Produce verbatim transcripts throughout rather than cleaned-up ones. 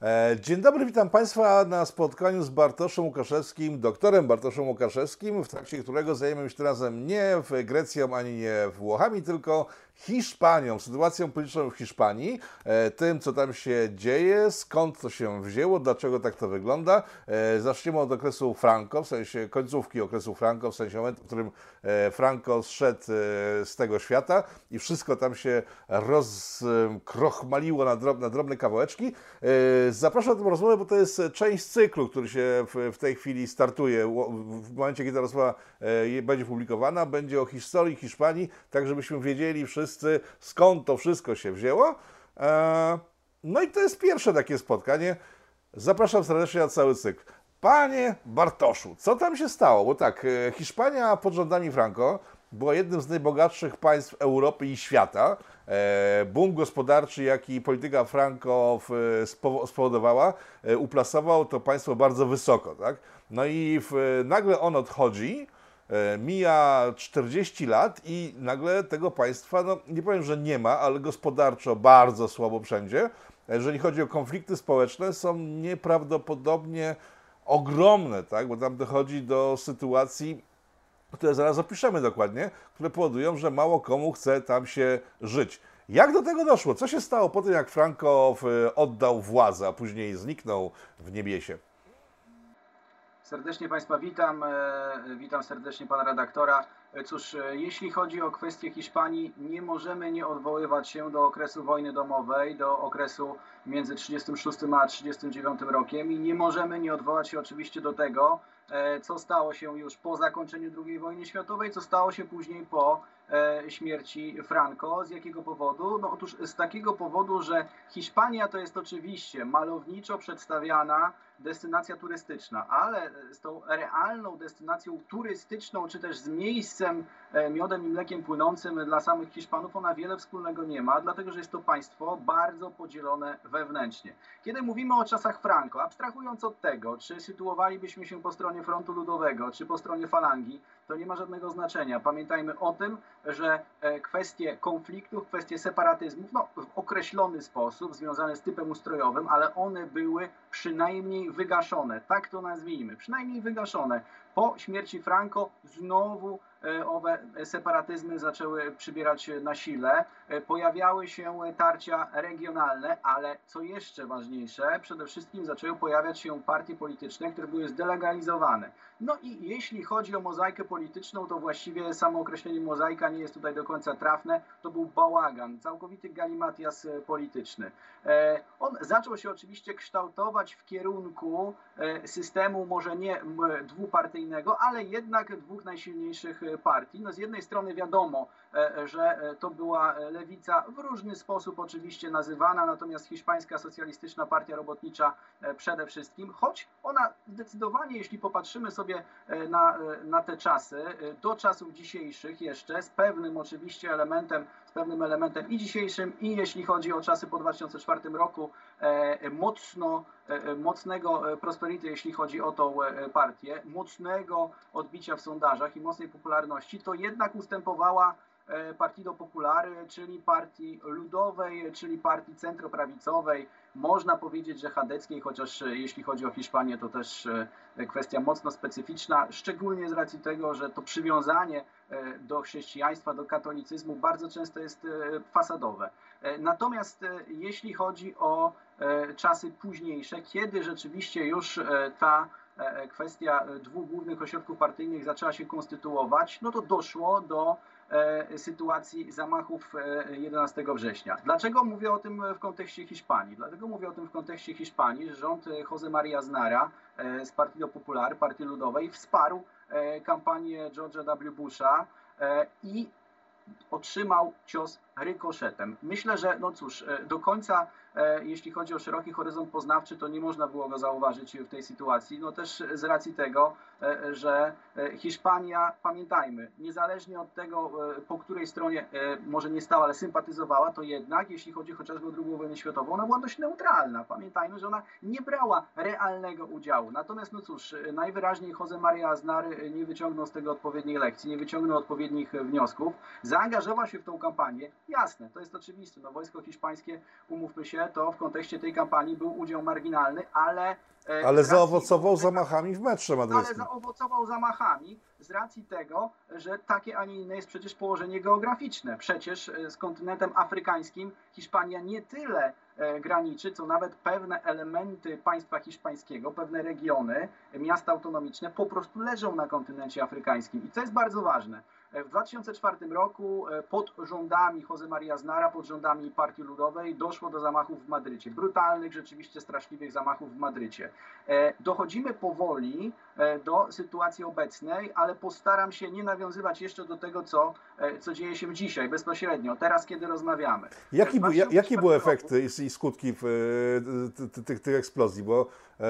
E, Dzień dobry, witam Państwa na spotkaniu z Bartoszem Łukaszewskim, doktorem Bartoszem Łukaszewskim, w trakcie którego zajmiemy się tym razem nie w Grecją ani nie Włochami, tylko Hiszpanią, sytuacją polityczną w Hiszpanii, e, tym, co tam się dzieje, skąd to się wzięło, dlaczego tak to wygląda. E, Zaczniemy od okresu Franco, w sensie końcówki okresu Franco, w sensie momentu, w którym e, Franco zszedł e, z tego świata i wszystko tam się rozkrochmaliło na drobne, na drobne kawałeczki. E, Zapraszam na tę rozmowę, bo to jest część cyklu, który się w, w tej chwili startuje. W momencie, kiedy ta rozmowa e, będzie publikowana, będzie o historii Hiszpanii, tak żebyśmy wiedzieli wszyscy, skąd to wszystko się wzięło. E, no i to jest pierwsze takie spotkanie. Zapraszam serdecznie na cały cykl. Panie Bartoszu, co tam się stało? Bo tak, e, Hiszpania pod rządami Franco była jednym z najbogatszych państw Europy i świata. E, boom gospodarczy, jaki polityka Franco w, spowo- spowodowała, e, uplasował to państwo bardzo wysoko. Tak? No i w, nagle on odchodzi, e, mija czterdzieści lat i nagle tego państwa, no nie powiem, że nie ma, ale gospodarczo bardzo słabo wszędzie. Jeżeli chodzi o konflikty społeczne, są nieprawdopodobnie ogromne, tak? Bo tam dochodzi do sytuacji, które zaraz opiszemy dokładnie, które powodują, że mało komu chce tam się żyć. Jak do tego doszło? Co się stało po tym, jak Franco oddał władzę, a później zniknął w niebiesie? Serdecznie Państwa witam, witam serdecznie Pana redaktora. Cóż, jeśli chodzi o kwestię Hiszpanii, nie możemy nie odwoływać się do okresu wojny domowej, do okresu między trzydziestym szóstym a trzydziestym dziewiątym rokiem i nie możemy nie odwołać się oczywiście do tego, co stało się już po zakończeniu drugiej wojny światowej, co stało się później po śmierci Franco. Z jakiego powodu? No otóż z takiego powodu, że Hiszpania to jest oczywiście malowniczo przedstawiana destynacja turystyczna, ale z tą realną destynacją turystyczną, czy też z miejscem miodem i mlekiem płynącym dla samych Hiszpanów, ona wiele wspólnego nie ma, dlatego że jest to państwo bardzo podzielone wewnętrznie. Kiedy mówimy o czasach Franco, abstrahując od tego, czy sytuowalibyśmy się po stronie frontu ludowego, czy po stronie falangi, to nie ma żadnego znaczenia. Pamiętajmy o tym, że kwestie konfliktów, kwestie separatyzmów, no, w określony sposób związane z typem ustrojowym, ale one były przynajmniej wygaszone, tak to nazwijmy, przynajmniej wygaszone. Po śmierci Franco znowu owe separatyzmy zaczęły przybierać na sile, pojawiały się tarcia regionalne, ale co jeszcze ważniejsze, przede wszystkim zaczęły pojawiać się partie polityczne, które były zdelegalizowane. No i jeśli chodzi o mozaikę polityczną, to właściwie samo określenie mozaika nie jest tutaj do końca trafne, to był bałagan, całkowity galimatias polityczny. On zaczął się oczywiście kształtować w kierunku systemu może nie dwupartyjnego, ale jednak dwóch najsilniejszych partii. No z jednej strony wiadomo, że to była lewica w różny sposób oczywiście nazywana, natomiast Hiszpańska Socjalistyczna Partia Robotnicza przede wszystkim, choć ona zdecydowanie, jeśli popatrzymy sobie na, na te czasy, do czasów dzisiejszych jeszcze, z pewnym oczywiście elementem, z pewnym elementem i dzisiejszym, i jeśli chodzi o czasy po dwa tysiące czwartym roku, mocno, mocnego prosperity, jeśli chodzi o tą partię, mocnego odbicia w sondażach i mocnej popularności, to jednak ustępowała Partido Popular, czyli partii ludowej, czyli partii centroprawicowej, można powiedzieć, że chadeckiej, chociaż jeśli chodzi o Hiszpanię, to też kwestia mocno specyficzna, szczególnie z racji tego, że to przywiązanie do chrześcijaństwa, do katolicyzmu bardzo często jest fasadowe. Natomiast jeśli chodzi o czasy późniejsze, kiedy rzeczywiście już ta kwestia dwóch głównych ośrodków partyjnych zaczęła się konstytuować, no to doszło do sytuacji zamachów jedenastego września. Dlaczego mówię o tym w kontekście Hiszpanii? Dlatego mówię o tym w kontekście Hiszpanii, że rząd José María Aznara z Partido Popular, Partii Ludowej, wsparł kampanię George'a W. Busha i otrzymał cios rykoszetem. Myślę, że no cóż, do końca, jeśli chodzi o szeroki horyzont poznawczy, to nie można było go zauważyć w tej sytuacji. No też z racji tego, że Hiszpania, pamiętajmy, niezależnie od tego, po której stronie może nie stała, ale sympatyzowała, to jednak, jeśli chodzi chociażby o drugą wojnę światową, ona była dość neutralna. Pamiętajmy, że ona nie brała realnego udziału. Natomiast, no cóż, najwyraźniej José María Aznar nie wyciągnął z tego odpowiedniej lekcji, nie wyciągnął odpowiednich wniosków, zaangażował się w tą kampanię, Jasne, to jest oczywiste. No, wojsko hiszpańskie, umówmy się, to w kontekście tej kampanii był udział marginalny, ale e, Ale z racji zaowocował tego, zamachami w metrze ale madryckim. zaowocował zamachami z racji tego, że takie, a nie inne jest przecież położenie geograficzne. Przecież e, z kontynentem afrykańskim Hiszpania nie tyle e, graniczy, co nawet pewne elementy państwa hiszpańskiego, pewne regiony, miasta autonomiczne po prostu leżą na kontynencie afrykańskim. I co jest bardzo ważne. W dwa tysiące czwartym roku pod rządami José María Aznara, pod rządami Partii Ludowej doszło do zamachów w Madrycie. Brutalnych, rzeczywiście straszliwych zamachów w Madrycie. Dochodzimy powoli do sytuacji obecnej, ale postaram się nie nawiązywać jeszcze do tego, co, co dzieje się dzisiaj, bezpośrednio, teraz, kiedy rozmawiamy. Jaki, był- ja- jakie były roku- efekty i i skutki w, e, ty- tych, tych eksplozji? Bo e,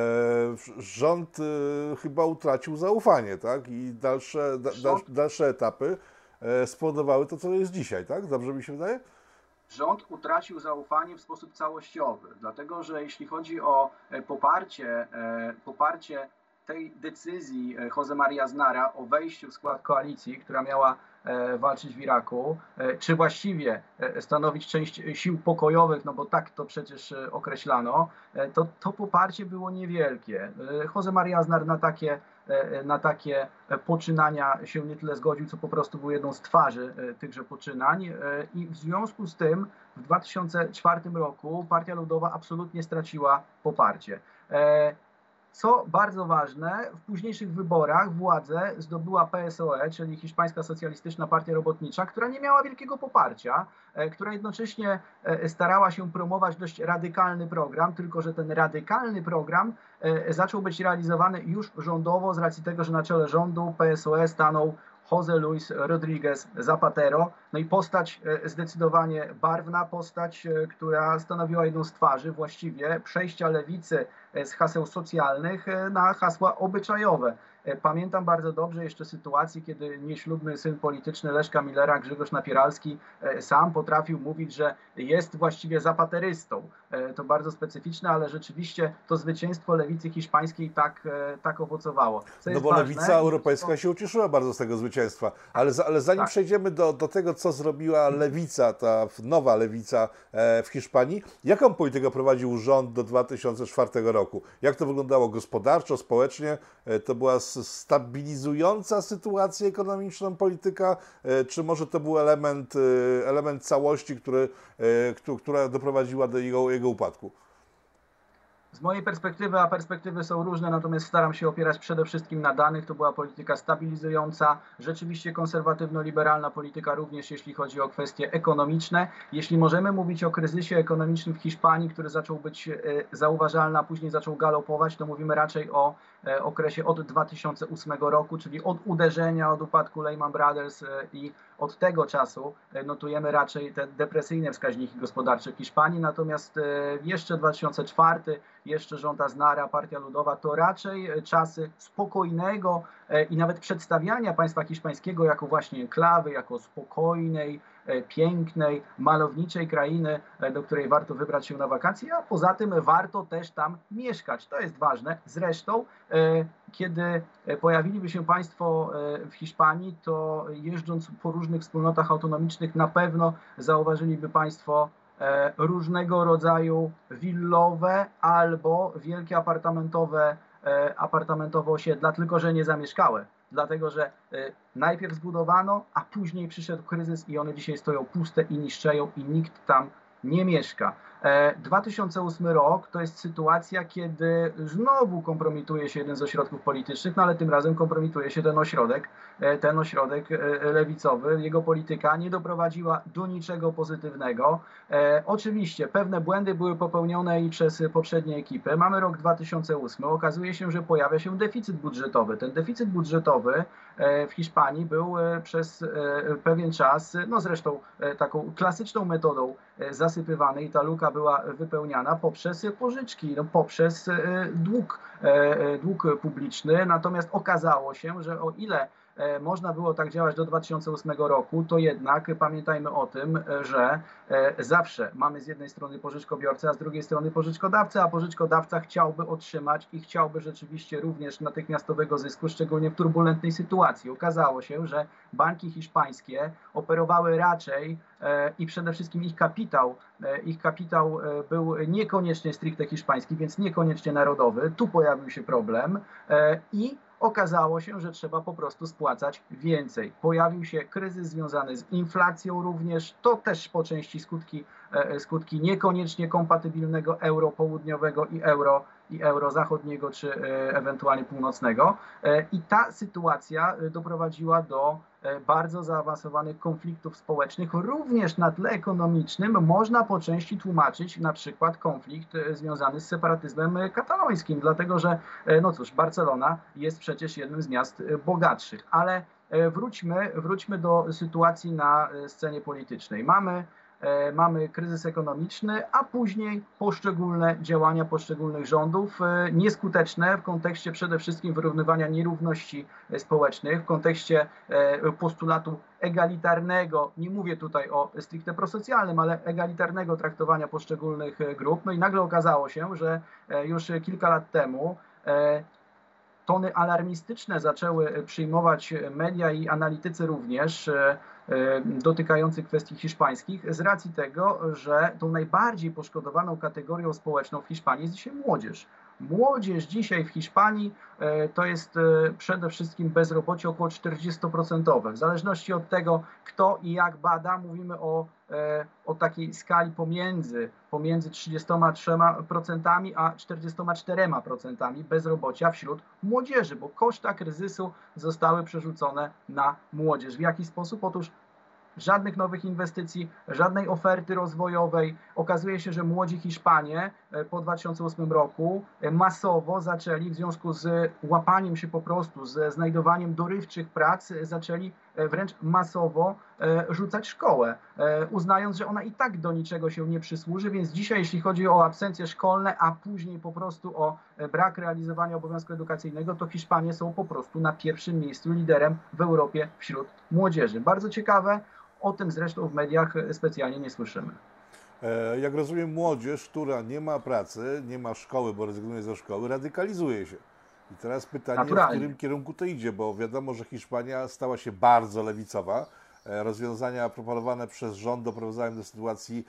rząd e, chyba utracił zaufanie, tak? I dalsze, da, Rząd- dalsze etapy e, spowodowały to, co jest dzisiaj, tak? Dobrze mi się wydaje? Rząd utracił zaufanie w sposób całościowy, dlatego że jeśli chodzi o e, poparcie, e, poparcie tej decyzji e, José María Aznara o wejściu w skład koalicji, która miała e, walczyć w Iraku, e, czy właściwie e, stanowić część sił pokojowych, no bo tak to przecież e, określano, e, to to poparcie było niewielkie. E, José María Aznar na takie e, na takie poczynania się nie tyle zgodził, co po prostu był jedną z twarzy e, tychże poczynań e, i w związku z tym w dwa tysiące czwartym roku Partia Ludowa absolutnie straciła poparcie. E, Co bardzo ważne, w późniejszych wyborach władzę zdobyła P S O E, czyli Hiszpańska Socjalistyczna Partia Robotnicza, która nie miała wielkiego poparcia, e, która jednocześnie e, starała się promować dość radykalny program, tylko że ten radykalny program e, zaczął być realizowany już rządowo z racji tego, że na czele rządu P S O E stanął José Luis Rodríguez Zapatero, no i postać e, zdecydowanie barwna, postać, e, która stanowiła jedną z twarzy właściwie przejścia lewicy e, z haseł socjalnych e, na hasła obyczajowe. E, Pamiętam bardzo dobrze jeszcze sytuację, kiedy nieślubny syn polityczny Leszka Millera, Grzegorz Napieralski, e, sam potrafił mówić, że jest właściwie zapaterystą. E, To bardzo specyficzne, ale rzeczywiście to zwycięstwo lewicy hiszpańskiej tak, e, tak owocowało. Co No jest bo ważne, lewica i europejska to- się ucieszyła bardzo z tego zwycięstwa. Ale, za, ale zanim Tak. przejdziemy do, do tego, co zrobiła lewica, ta nowa lewica e, w Hiszpanii, jaką politykę prowadził rząd do dwa tysiące czwartego roku? Jak to wyglądało gospodarczo, społecznie? E, To była s- stabilizująca sytuację ekonomiczną polityka, e, czy może to był element, e, element całości, który, e, któ- która doprowadziła do jego, jego upadku? Z mojej perspektywy, a perspektywy są różne, natomiast staram się opierać przede wszystkim na danych. To była polityka stabilizująca, rzeczywiście konserwatywno-liberalna polityka również jeśli chodzi o kwestie ekonomiczne. Jeśli możemy mówić o kryzysie ekonomicznym w Hiszpanii, który zaczął być e, zauważalny, a później zaczął galopować, to mówimy raczej o e, okresie od dwa tysiące ósmego roku, czyli od uderzenia, od upadku Lehman Brothers e, i od tego czasu e, notujemy raczej te depresyjne wskaźniki gospodarcze w Hiszpanii, natomiast e, jeszcze dwa tysiące czwarty, jeszcze rząd Aznara, Partia Ludowa, to raczej e, czasy spokojnego e, i nawet przedstawiania państwa hiszpańskiego jako właśnie enklawy, jako spokojnej, e, pięknej, malowniczej krainy, e, do której warto wybrać się na wakacje, a poza tym warto też tam mieszkać. To jest ważne. Zresztą, e, kiedy pojawiliby się Państwo e, w Hiszpanii, to jeżdżąc po różnych wspólnotach autonomicznych na pewno zauważyliby Państwo e, różnego rodzaju willowe albo wielkie apartamentowe, e, apartamentowe osiedla, tylko że nie zamieszkałe. Dlatego, że e, najpierw zbudowano, a później przyszedł kryzys i one dzisiaj stoją puste i niszczeją i nikt tam nie mieszka. E, dwa tysiące ósmy rok to jest sytuacja, kiedy znowu kompromituje się jeden z ośrodków politycznych, no ale tym razem kompromituje się ten ośrodek, e, ten ośrodek e, lewicowy. Jego polityka nie doprowadziła do niczego pozytywnego. E, Oczywiście pewne błędy były popełnione i przez poprzednie ekipy. Mamy rok dwa tysiące ósmy. Okazuje się, że pojawia się deficyt budżetowy. Ten deficyt budżetowy e, w Hiszpanii był e, przez e, pewien czas, no zresztą e, taką klasyczną metodą e, zasypywany i ta luka była wypełniana poprzez pożyczki, no, poprzez e, dług, e, dług publiczny. Natomiast okazało się, że o ile można było tak działać do dwa tysiące ósmego roku, to jednak pamiętajmy o tym, że zawsze mamy z jednej strony pożyczkobiorcę, a z drugiej strony pożyczkodawcę, a pożyczkodawca chciałby otrzymać i chciałby rzeczywiście również natychmiastowego zysku, szczególnie w turbulentnej sytuacji. Okazało się, że banki hiszpańskie operowały raczej i przede wszystkim ich kapitał, ich kapitał był niekoniecznie stricte hiszpański, więc niekoniecznie narodowy. Tu pojawił się problem i okazało się, że trzeba po prostu spłacać więcej. Pojawił się kryzys związany z inflacją również, to też po części skutki, skutki niekoniecznie kompatybilnego euro południowego i euro, i euro zachodniego, czy ewentualnie północnego. I ta sytuacja doprowadziła do bardzo zaawansowanych konfliktów społecznych, również na tle ekonomicznym można po części tłumaczyć na przykład konflikt związany z separatyzmem katalońskim, dlatego że, no cóż, Barcelona jest przecież jednym z miast bogatszych, ale wróćmy, wróćmy do sytuacji na scenie politycznej. Mamy Mamy kryzys ekonomiczny, a później poszczególne działania poszczególnych rządów, nieskuteczne w kontekście przede wszystkim wyrównywania nierówności społecznych, w kontekście postulatu egalitarnego, nie mówię tutaj o stricte prosocjalnym, ale egalitarnego traktowania poszczególnych grup. No i nagle okazało się, że już kilka lat temu tony alarmistyczne zaczęły przyjmować media i analitycy również, dotykający kwestii hiszpańskich, z racji tego, że tą najbardziej poszkodowaną kategorią społeczną w Hiszpanii jest dzisiaj młodzież. Młodzież dzisiaj w Hiszpanii to jest przede wszystkim bezrobocie około czterdzieści procent. W zależności od tego, kto i jak bada, mówimy o, o takiej skali pomiędzy, pomiędzy trzydziestoma trzema procentami a czterdziestoma czterema procentami bezrobocia wśród młodzieży, bo koszta kryzysu zostały przerzucone na młodzież. W jaki sposób? Otóż żadnych nowych inwestycji, żadnej oferty rozwojowej. Okazuje się, że młodzi Hiszpanie po dwa tysiące ósmym roku masowo zaczęli w związku z łapaniem się po prostu, ze znajdowaniem dorywczych prac, zaczęli wręcz masowo rzucać szkołę, uznając, że ona i tak do niczego się nie przysłuży, więc dzisiaj jeśli chodzi o absencje szkolne, a później po prostu o brak realizowania obowiązku edukacyjnego, to Hiszpanie są po prostu na pierwszym miejscu, liderem w Europie wśród młodzieży. Bardzo ciekawe, o tym zresztą w mediach specjalnie nie słyszymy. Jak rozumiem, młodzież, która nie ma pracy, nie ma szkoły, bo rezygnuje ze szkoły, radykalizuje się. I teraz pytanie, Naturalnie. w którym kierunku to idzie, bo wiadomo, że Hiszpania stała się bardzo lewicowa. Rozwiązania proponowane przez rząd doprowadzają do sytuacji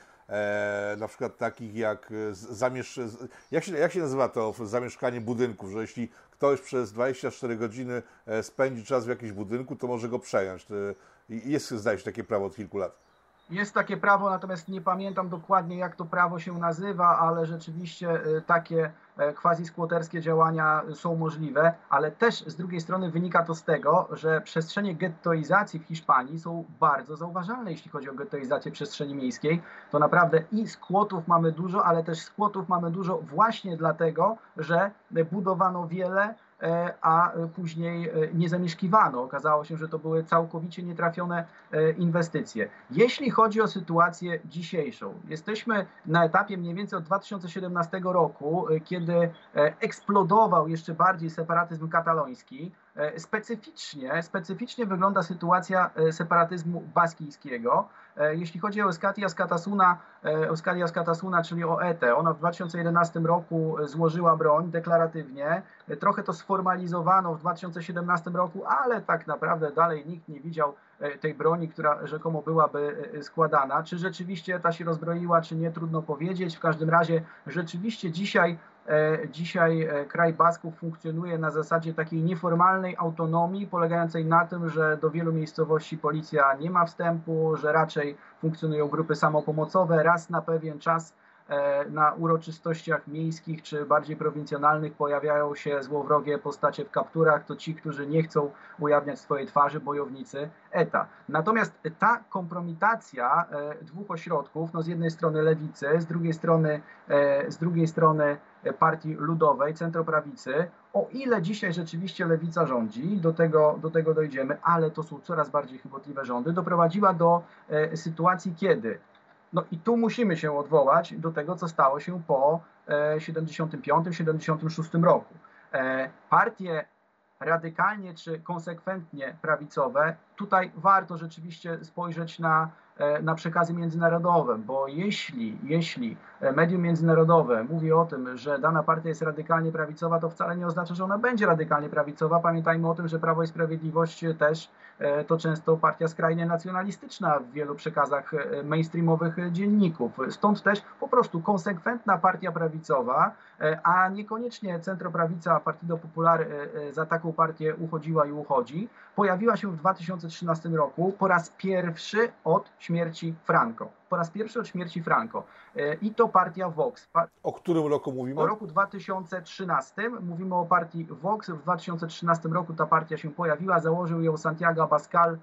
e, na przykład takich jak zamiesz... jak się, jak się nazywa to zamieszkanie budynków, że jeśli ktoś przez dwadzieścia cztery godziny spędzi czas w jakimś budynku, to może go przejąć. Jest, zdaje się, takie prawo od kilku lat. Jest takie prawo, natomiast nie pamiętam dokładnie, jak to prawo się nazywa, ale rzeczywiście takie quasi-skłoterskie działania są możliwe, ale też z drugiej strony wynika to z tego, że przestrzenie gettoizacji w Hiszpanii są bardzo zauważalne, jeśli chodzi o gettoizację przestrzeni miejskiej. To naprawdę i skłotów mamy dużo, ale też skłotów mamy dużo właśnie dlatego, że budowano wiele, a później nie zamieszkiwano. Okazało się, że to były całkowicie nietrafione inwestycje. Jeśli chodzi o sytuację dzisiejszą, jesteśmy na etapie mniej więcej od dwa tysiące siedemnastego roku, kiedy eksplodował jeszcze bardziej separatyzm kataloński. Specyficznie, specyficznie wygląda sytuacja separatyzmu baskijskiego. Jeśli chodzi o Euskadi Askatasuna, Euskadi Askatasuna, czyli o E T E, ona w dwa tysiące jedenastym roku złożyła broń deklaratywnie. Trochę to sformalizowano w dwa tysiące siedemnastym roku, ale tak naprawdę dalej nikt nie widział tej broni, która rzekomo byłaby składana. Czy rzeczywiście E T A się rozbroiła, czy nie, trudno powiedzieć. W każdym razie rzeczywiście dzisiaj Dzisiaj kraj Basków funkcjonuje na zasadzie takiej nieformalnej autonomii, polegającej na tym, że do wielu miejscowości policja nie ma wstępu, że raczej funkcjonują grupy samopomocowe. Raz na pewien czas na uroczystościach miejskich czy bardziej prowincjonalnych pojawiają się złowrogie postacie w kapturach. To ci, którzy nie chcą ujawniać swojej twarzy, bojownicy E T A. Natomiast ta kompromitacja dwóch ośrodków, no z jednej strony lewicy, z drugiej strony, z drugiej strony Partii Ludowej, centroprawicy, o ile dzisiaj rzeczywiście lewica rządzi, do tego, do tego dojdziemy, ale to są coraz bardziej chybotliwe rządy, doprowadziła do sytuacji, kiedy no i tu musimy się odwołać do tego, co stało się po siedemdziesiątym piątym siedemdziesiątym szóstym roku. Partie radykalnie czy konsekwentnie prawicowe, tutaj warto rzeczywiście spojrzeć na, na przekazy międzynarodowe, bo jeśli, jeśli medium międzynarodowe mówi o tym, że dana partia jest radykalnie prawicowa, to wcale nie oznacza, że ona będzie radykalnie prawicowa. Pamiętajmy o tym, że Prawo i Sprawiedliwość też to często partia skrajnie nacjonalistyczna w wielu przekazach mainstreamowych dzienników. Stąd też po prostu konsekwentna partia prawicowa, a niekoniecznie centroprawica Partido Popular za taką partię uchodziła i uchodzi, pojawiła się w dwa tysiące trzynastym roku po raz pierwszy od śmierci Franco. Po raz pierwszy od śmierci Franco. I to partia Vox. O którym roku mówimy? O roku dwa tysiące trzynastym. Mówimy o partii Vox. W dwa tysiące trzynastym roku ta partia się pojawiła. Założył ją Santiago Abascal,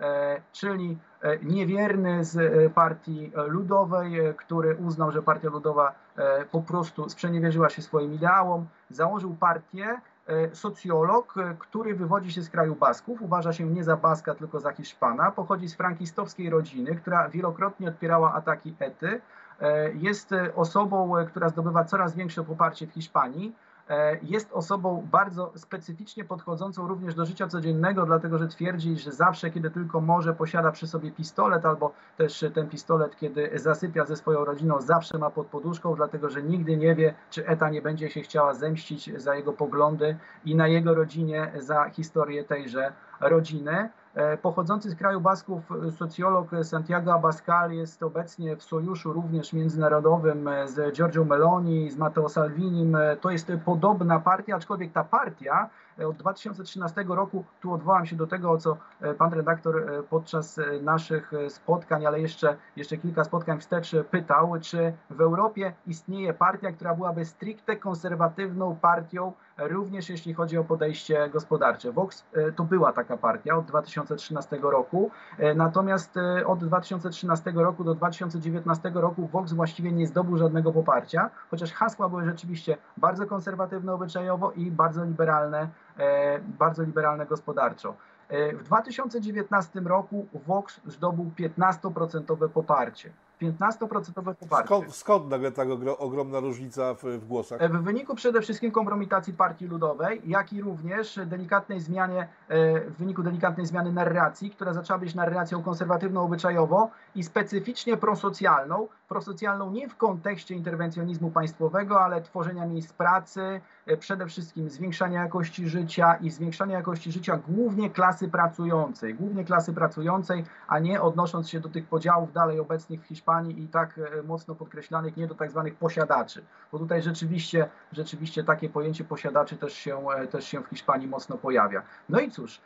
czyli niewierny z Partii Ludowej, który uznał, że Partia Ludowa po prostu sprzeniewierzyła się swoim ideałom. Założył partię, socjolog, który wywodzi się z kraju Basków, uważa się nie za Baska, tylko za Hiszpana, pochodzi z frankistowskiej rodziny, która wielokrotnie odpierała ataki Ety, jest osobą, która zdobywa coraz większe poparcie w Hiszpanii. Jest osobą bardzo specyficznie podchodzącą również do życia codziennego, dlatego że twierdzi, że zawsze, kiedy tylko może, posiada przy sobie pistolet, albo też ten pistolet, kiedy zasypia ze swoją rodziną, zawsze ma pod poduszką, dlatego że nigdy nie wie, czy Eta nie będzie się chciała zemścić za jego poglądy i na jego rodzinie za historię tejże rodziny. Pochodzący z kraju Basków socjolog Santiago Abascal jest obecnie w sojuszu również międzynarodowym z Giorgio Meloni, z Matteo Salvinim. To jest podobna partia, aczkolwiek ta partia od dwa tysiące trzynastego roku, tu odwołam się do tego, o co pan redaktor podczas naszych spotkań, ale jeszcze, jeszcze kilka spotkań wstecz pytał, czy w Europie istnieje partia, która byłaby stricte konserwatywną partią, również jeśli chodzi o podejście gospodarcze. Vox to była taka partia od dwa tysiące trzynastego roku, natomiast od dwa tysiące trzynastego roku do dwa tysiące dziewiętnastego roku Vox właściwie nie zdobył żadnego poparcia, chociaż hasła były rzeczywiście bardzo konserwatywne obyczajowo i bardzo liberalne, bardzo liberalne gospodarczo. W dwa tysiące dziewiętnastym roku Vox zdobył piętnastoprocentowe poparcie. piętnastoprocentowe poparcie. Skąd, skąd nagle tak ogromna różnica w, w głosach? W wyniku przede wszystkim kompromitacji Partii Ludowej, jak i również delikatnej zmianie, w wyniku delikatnej zmiany narracji, która zaczęła być narracją konserwatywną obyczajowo i specyficznie prosocjalną. Prosocjalną nie w kontekście interwencjonizmu państwowego, ale tworzenia miejsc pracy, przede wszystkim zwiększania jakości życia i zwiększania jakości życia głównie klasy pracującej, głównie klasy pracującej, a nie odnosząc się do tych podziałów dalej obecnych w Hiszpanii i tak mocno podkreślanych, nie do tak zwanych posiadaczy, bo tutaj rzeczywiście, rzeczywiście takie pojęcie posiadaczy też się, też się w Hiszpanii mocno pojawia. No i cóż,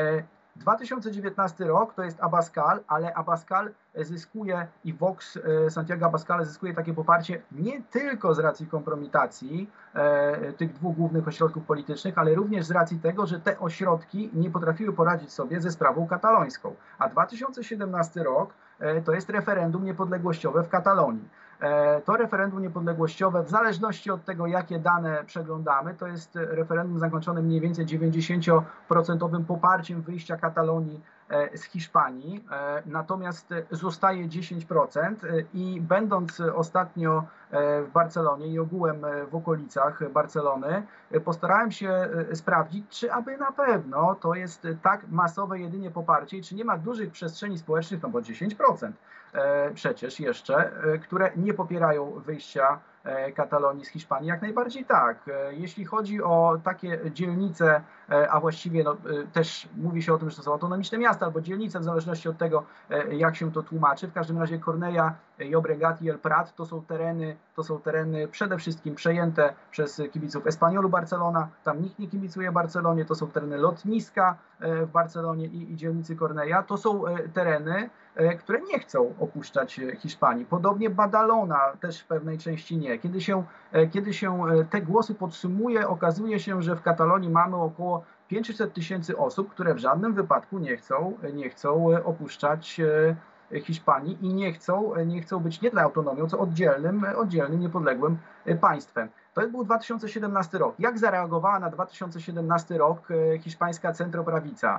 dwa tysiące dziewiętnasty rok to jest Abascal, ale Abascal zyskuje i Vox Santiago Abascal zyskuje takie poparcie nie tylko z racji kompromitacji e, tych dwóch głównych ośrodków politycznych, ale również z racji tego, że te ośrodki nie potrafiły poradzić sobie ze sprawą katalońską. A dwa tysiące siedemnasty rok e, to jest referendum niepodległościowe w Katalonii. To referendum niepodległościowe, w zależności od tego, jakie dane przeglądamy, to jest referendum zakończone mniej więcej dziewięćdziesięcioprocentowym poparciem wyjścia Katalonii z Hiszpanii, natomiast zostaje dziesięć procent i będąc ostatnio w Barcelonie i ogółem w okolicach Barcelony, postarałem się sprawdzić, czy aby na pewno to jest tak masowe jedynie poparcie i czy nie ma dużych przestrzeni społecznych, no bo dziesięć procent przecież jeszcze, które nie popierają wyjścia Katalonii z Hiszpanii. Jak najbardziej tak. Jeśli chodzi o takie dzielnice, a właściwie no, też mówi się o tym, że to są autonomiczne miasta albo dzielnice, w zależności od tego, jak się to tłumaczy. W każdym razie Cornellà, Llobregat i El Prat to są tereny, to są tereny przede wszystkim przejęte przez kibiców Espanyolu Barcelona. Tam nikt nie kibicuje Barcelonie. To są tereny lotniska w Barcelonie i, i dzielnicy Cornellà. To są tereny, które nie chcą opuszczać Hiszpanii. Podobnie Badalona też w pewnej części nie. Kiedy się, kiedy się te głosy podsumuje, okazuje się, że w Katalonii mamy około pięćset tysięcy osób, które w żadnym wypadku nie chcą, nie chcą opuszczać Hiszpanii i nie chcą, nie chcą być nie dla autonomią, co oddzielnym, oddzielnym, niepodległym państwem. To był dwa tysiące siedemnasty rok. Jak zareagowała na dwa tysiące siedemnasty rok hiszpańska centroprawica?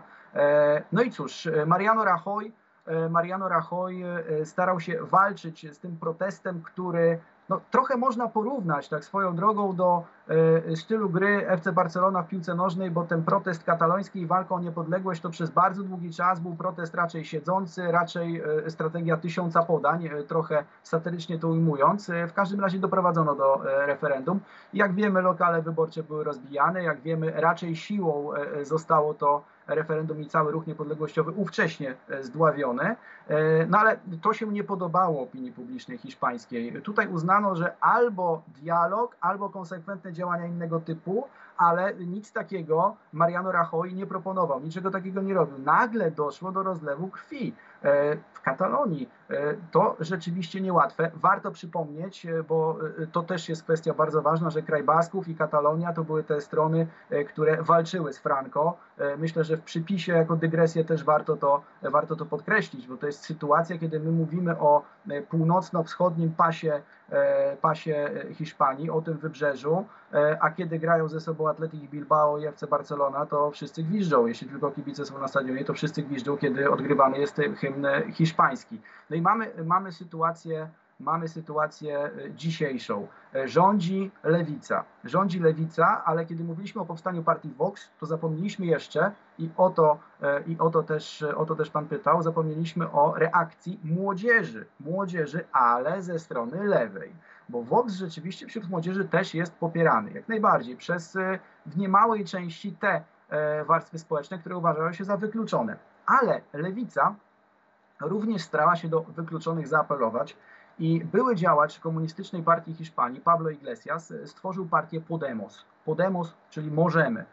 No i cóż, Mariano Rajoy Mariano Rajoy starał się walczyć z tym protestem, który no, trochę można porównać tak swoją drogą do e, stylu gry F C Barcelona w piłce nożnej, bo ten protest kataloński i walka o niepodległość to przez bardzo długi czas był protest raczej siedzący, raczej e, strategia tysiąca podań, e, trochę satyrycznie to ujmując. E, w każdym razie doprowadzono do e, referendum. Jak wiemy, lokale wyborcze były rozbijane, jak wiemy, raczej siłą e, zostało to referendum i cały ruch niepodległościowy ówcześnie zdławiony. No ale to się nie podobało opinii publicznej hiszpańskiej. Tutaj uznano, że albo dialog, albo konsekwentne działania innego typu, ale nic takiego Mariano Rajoy nie proponował, niczego takiego nie robił. Nagle doszło do rozlewu krwi w Katalonii. To rzeczywiście niełatwe. Warto przypomnieć, bo to też jest kwestia bardzo ważna, że kraj Basków i Katalonia to były te strony, które walczyły z Franco. Myślę, że w przypisie jako dygresję też warto to, warto to podkreślić, bo to jest sytuacja, kiedy my mówimy o północno-wschodnim pasie, pasie Hiszpanii, o tym wybrzeżu, a kiedy grają ze sobą Athletic Bilbao i F C Barcelona, to wszyscy gwiżdżą. Jeśli tylko kibice są na stadionie, to wszyscy gwiżdżą, kiedy odgrywany jest hymn hiszpański. No i mamy, mamy sytuację, mamy sytuację dzisiejszą. Rządzi lewica. Rządzi lewica, ale kiedy mówiliśmy o powstaniu partii Vox, to zapomnieliśmy jeszcze, i o to, i o to też, o to też pan pytał, zapomnieliśmy o reakcji młodzieży. Młodzieży, ale ze strony lewej. Bo Vox rzeczywiście wśród młodzieży też jest popierany, jak najbardziej, przez w niemałej części te warstwy społeczne, które uważają się za wykluczone. Ale lewica również starała się do wykluczonych zaapelować i były działacz Komunistycznej Partii Hiszpanii, Pablo Iglesias, stworzył partię Podemos. Podemos, czyli możemy.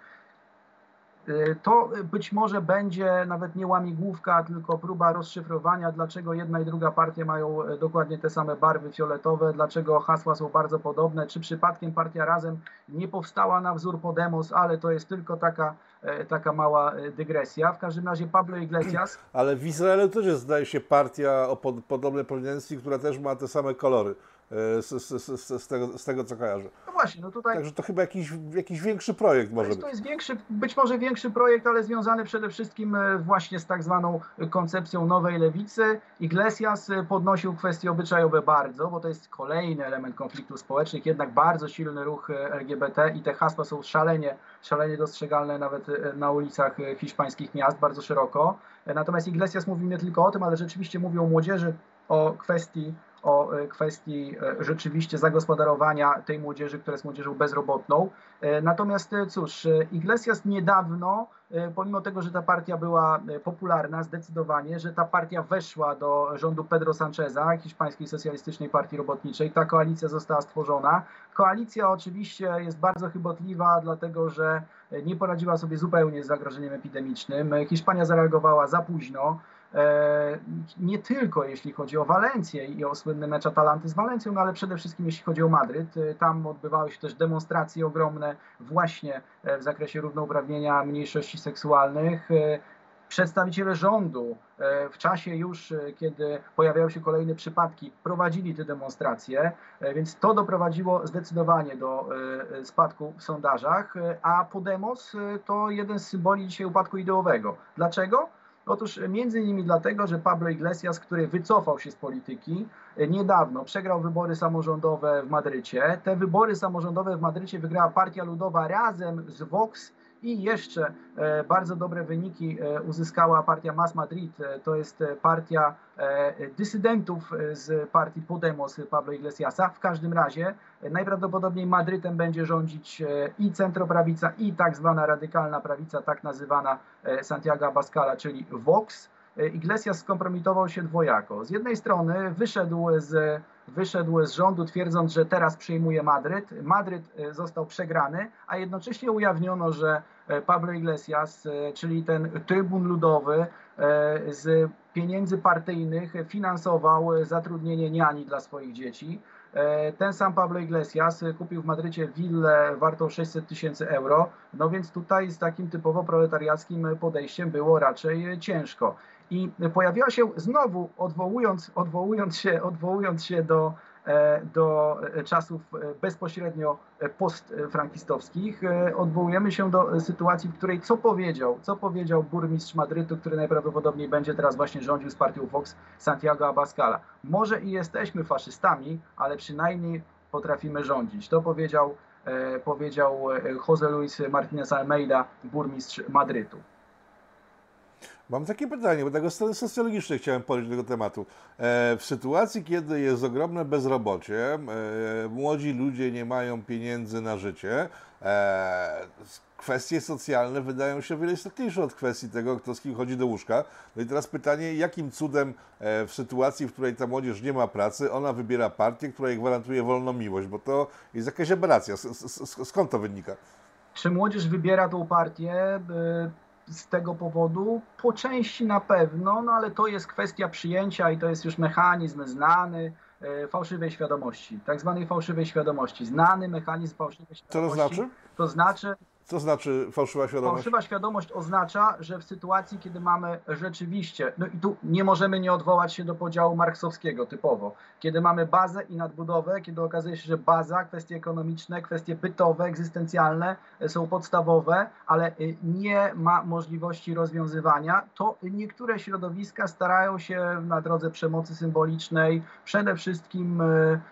To być może będzie nawet nie łamigłówka, tylko próba rozszyfrowania, dlaczego jedna i druga partia mają dokładnie te same barwy fioletowe, dlaczego hasła są bardzo podobne, czy przypadkiem partia Razem nie powstała na wzór Podemos, ale to jest tylko taka, taka mała dygresja. W każdym razie Pablo Iglesias... Ale w Izraelu też jest, zdaje się, partia o pod, podobnej proweniencji, która też ma te same kolory. Z, z, z, z, tego, z tego, co kojarzę. No właśnie, no tutaj... Także to chyba jakiś, jakiś większy projekt może to jest, być. To jest większy, być może większy projekt, ale związany przede wszystkim właśnie z tak zwaną koncepcją nowej lewicy. Iglesias podnosił kwestie obyczajowe bardzo, bo to jest kolejny element konfliktów społecznych, jednak bardzo silny ruch L G B T i te hasła są szalenie, szalenie dostrzegalne nawet na ulicach hiszpańskich miast, bardzo szeroko. Natomiast Iglesias mówi nie tylko o tym, ale rzeczywiście mówi o młodzieży, o kwestii o kwestii rzeczywiście zagospodarowania tej młodzieży, która jest młodzieżą bezrobotną. Natomiast cóż, Iglesias niedawno, pomimo tego, że ta partia była popularna zdecydowanie, że ta partia weszła do rządu Pedro Sancheza, Hiszpańskiej Socjalistycznej Partii Robotniczej, ta koalicja została stworzona. Koalicja oczywiście jest bardzo chybotliwa, dlatego że nie poradziła sobie zupełnie z zagrożeniem epidemicznym. Hiszpania zareagowała za późno. Nie tylko jeśli chodzi o Walencję i o słynny mecz Atalanty z Walencją, no ale przede wszystkim jeśli chodzi o Madryt. Tam odbywały się też demonstracje ogromne właśnie w zakresie równouprawnienia mniejszości seksualnych. Przedstawiciele rządu w czasie już, kiedy pojawiały się kolejne przypadki, prowadzili te demonstracje, więc to doprowadziło zdecydowanie do spadku w sondażach, a Podemos to jeden z symboli dzisiaj upadku ideowego. Dlaczego? Otóż między innymi dlatego, że Pablo Iglesias, który wycofał się z polityki, niedawno przegrał wybory samorządowe w Madrycie. Te wybory samorządowe w Madrycie wygrała Partia Ludowa razem z Vox i jeszcze bardzo dobre wyniki uzyskała partia Mas Madrid. To jest partia dysydentów z partii Podemos Pablo Iglesiasa. W każdym razie najprawdopodobniej Madrytem będzie rządzić i centroprawica, i tak zwana radykalna prawica, tak nazywana Santiago Abascala, czyli Vox. Iglesias skompromitował się dwojako. Z jednej strony wyszedł z, wyszedł z rządu, twierdząc, że teraz przejmuje Madryt. Madryt został przegrany, a jednocześnie ujawniono, że Pablo Iglesias, czyli ten trybun ludowy, z pieniędzy partyjnych finansował zatrudnienie niani dla swoich dzieci. Ten sam Pablo Iglesias kupił w Madrycie willę wartą sześćset tysięcy euro, no więc tutaj z takim typowo proletariackim podejściem było raczej ciężko. I pojawiła się znowu, odwołując, odwołując, się, odwołując się do, do czasów bezpośrednio postfrankistowskich. Odwołujemy się do sytuacji, w której co powiedział, co powiedział burmistrz Madrytu, który najprawdopodobniej będzie teraz właśnie rządził z partią Vox, Santiago Abascala. Może i jesteśmy faszystami, ale przynajmniej potrafimy rządzić. To powiedział, powiedział José Luis Martínez Almeida, burmistrz Madrytu. Mam takie pytanie, bo tak od strony socjologicznej chciałem podejść do tego tematu. E, w sytuacji, kiedy jest ogromne bezrobocie, e, młodzi ludzie nie mają pieniędzy na życie, e, kwestie socjalne wydają się o wiele istotniejsze od kwestii tego, kto z kim chodzi do łóżka. No i teraz pytanie, jakim cudem e, w sytuacji, w której ta młodzież nie ma pracy, ona wybiera partię, która jej gwarantuje wolną miłość, bo to jest jakaś aberracja. S -s Skąd to wynika? Czy młodzież wybiera tą partię z tego powodu? Po części na pewno, no ale to jest kwestia przyjęcia i to jest już mechanizm znany fałszywej świadomości, tak zwanej fałszywej świadomości. Znany mechanizm fałszywej świadomości. Co to znaczy? To znaczy, Co znaczy fałszywa świadomość? Fałszywa świadomość oznacza, że w sytuacji, kiedy mamy rzeczywiście, no i tu nie możemy nie odwołać się do podziału marksowskiego typowo, kiedy mamy bazę i nadbudowę, kiedy okazuje się, że baza, kwestie ekonomiczne, kwestie bytowe, egzystencjalne są podstawowe, ale nie ma możliwości rozwiązywania, to niektóre środowiska starają się na drodze przemocy symbolicznej przede wszystkim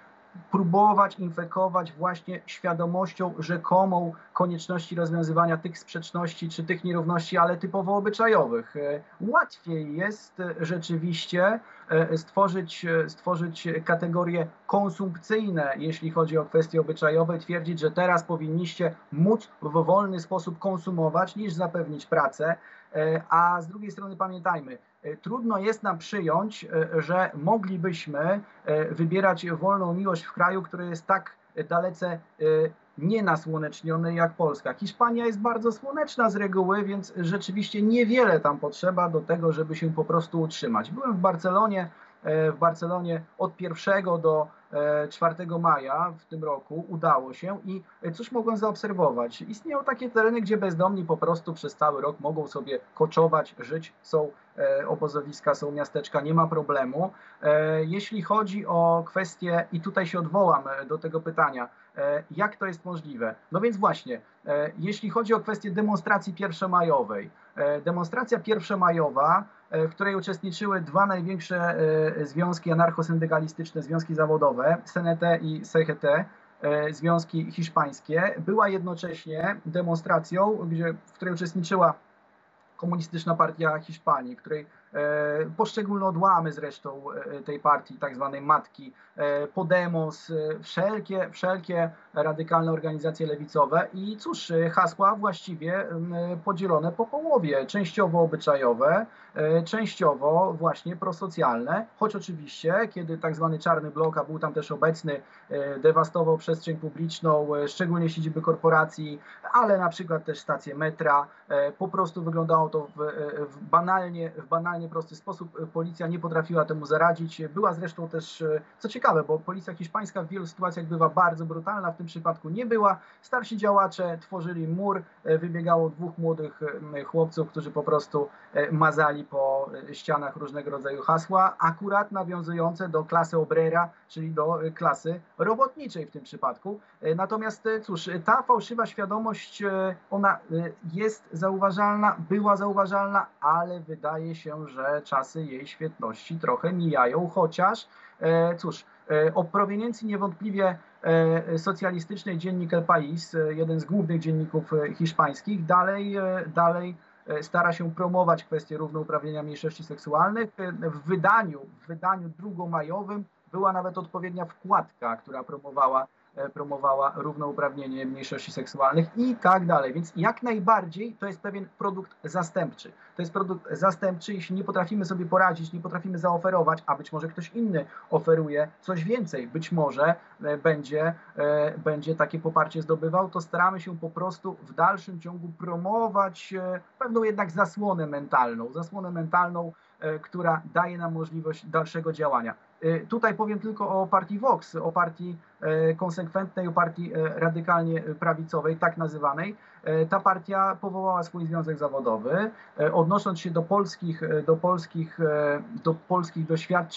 próbować infekować właśnie świadomością rzekomą konieczności rozwiązywania tych sprzeczności czy tych nierówności, ale typowo obyczajowych. Łatwiej jest rzeczywiście stworzyć, stworzyć kategorie konsumpcyjne, jeśli chodzi o kwestie obyczajowe, twierdzić, że teraz powinniście móc w wolny sposób konsumować, niż zapewnić pracę. A z drugiej strony pamiętajmy, trudno jest nam przyjąć, że moglibyśmy wybierać wolną miłość w kraju, który jest tak dalece nienasłoneczniony jak Polska. Hiszpania jest bardzo słoneczna z reguły, więc rzeczywiście niewiele tam potrzeba do tego, żeby się po prostu utrzymać. Byłem w Barcelonie, w Barcelonie od pierwszego do czwartego maja w tym roku, udało się i cóż mogłem zaobserwować? Istnieją takie tereny, gdzie bezdomni po prostu przez cały rok mogą sobie koczować, żyć, są obozowiska, są miasteczka, nie ma problemu. Jeśli chodzi o kwestię, i tutaj się odwołam do tego pytania, jak to jest możliwe? No więc właśnie, jeśli chodzi o kwestię demonstracji pierwszomajowej, demonstracja pierwszomajowa, w której uczestniczyły dwa największe związki anarchosyndykalistyczne, związki zawodowe, C N T i C G T, związki hiszpańskie, była jednocześnie demonstracją, gdzie, w której uczestniczyła Komunistyczna Partia Hiszpanii, której poszczególne odłamy zresztą tej partii, tak zwanej matki, Podemos, wszelkie, wszelkie radykalne organizacje lewicowe i cóż, hasła właściwie podzielone po połowie, częściowo obyczajowe, częściowo właśnie prosocjalne, choć oczywiście, kiedy tak zwany czarny blok, a był tam też obecny, dewastował przestrzeń publiczną, szczególnie siedziby korporacji, ale na przykład też stacje metra, po prostu wyglądało to w, w banalnie, w banalnie prosty sposób. Policja nie potrafiła temu zaradzić. Była zresztą też, co ciekawe, bo policja hiszpańska w wielu sytuacjach bywa bardzo brutalna, w tym przypadku nie była. Starsi działacze tworzyli mur, wybiegało dwóch młodych chłopców, którzy po prostu mazali po ścianach różnego rodzaju hasła, akurat nawiązujące do klasy obrera, czyli do klasy robotniczej w tym przypadku. Natomiast cóż, ta fałszywa świadomość, ona jest zauważalna, była zauważalna, ale wydaje się, że czasy jej świetności trochę mijają, chociaż cóż, o proweniencji niewątpliwie socjalistycznej dziennik El País, jeden z głównych dzienników hiszpańskich, dalej, dalej stara się promować kwestię równouprawnienia mniejszości seksualnych. W wydaniu, w wydaniu drugomajowym była nawet odpowiednia wkładka, która promowała promowała równouprawnienie mniejszości seksualnych i tak dalej. Więc jak najbardziej to jest pewien produkt zastępczy. To jest produkt zastępczy, jeśli nie potrafimy sobie poradzić, nie potrafimy zaoferować, a być może ktoś inny oferuje coś więcej, być może będzie, będzie takie poparcie zdobywał, to staramy się po prostu w dalszym ciągu promować pewną jednak zasłonę mentalną, zasłonę mentalną, która daje nam możliwość dalszego działania. Tutaj powiem tylko o partii Vox, o partii konsekwentnej, o partii radykalnie prawicowej, tak nazywanej. Ta partia powołała swój związek zawodowy, odnosząc się do polskich, do polskich, do polskich doświadczeń,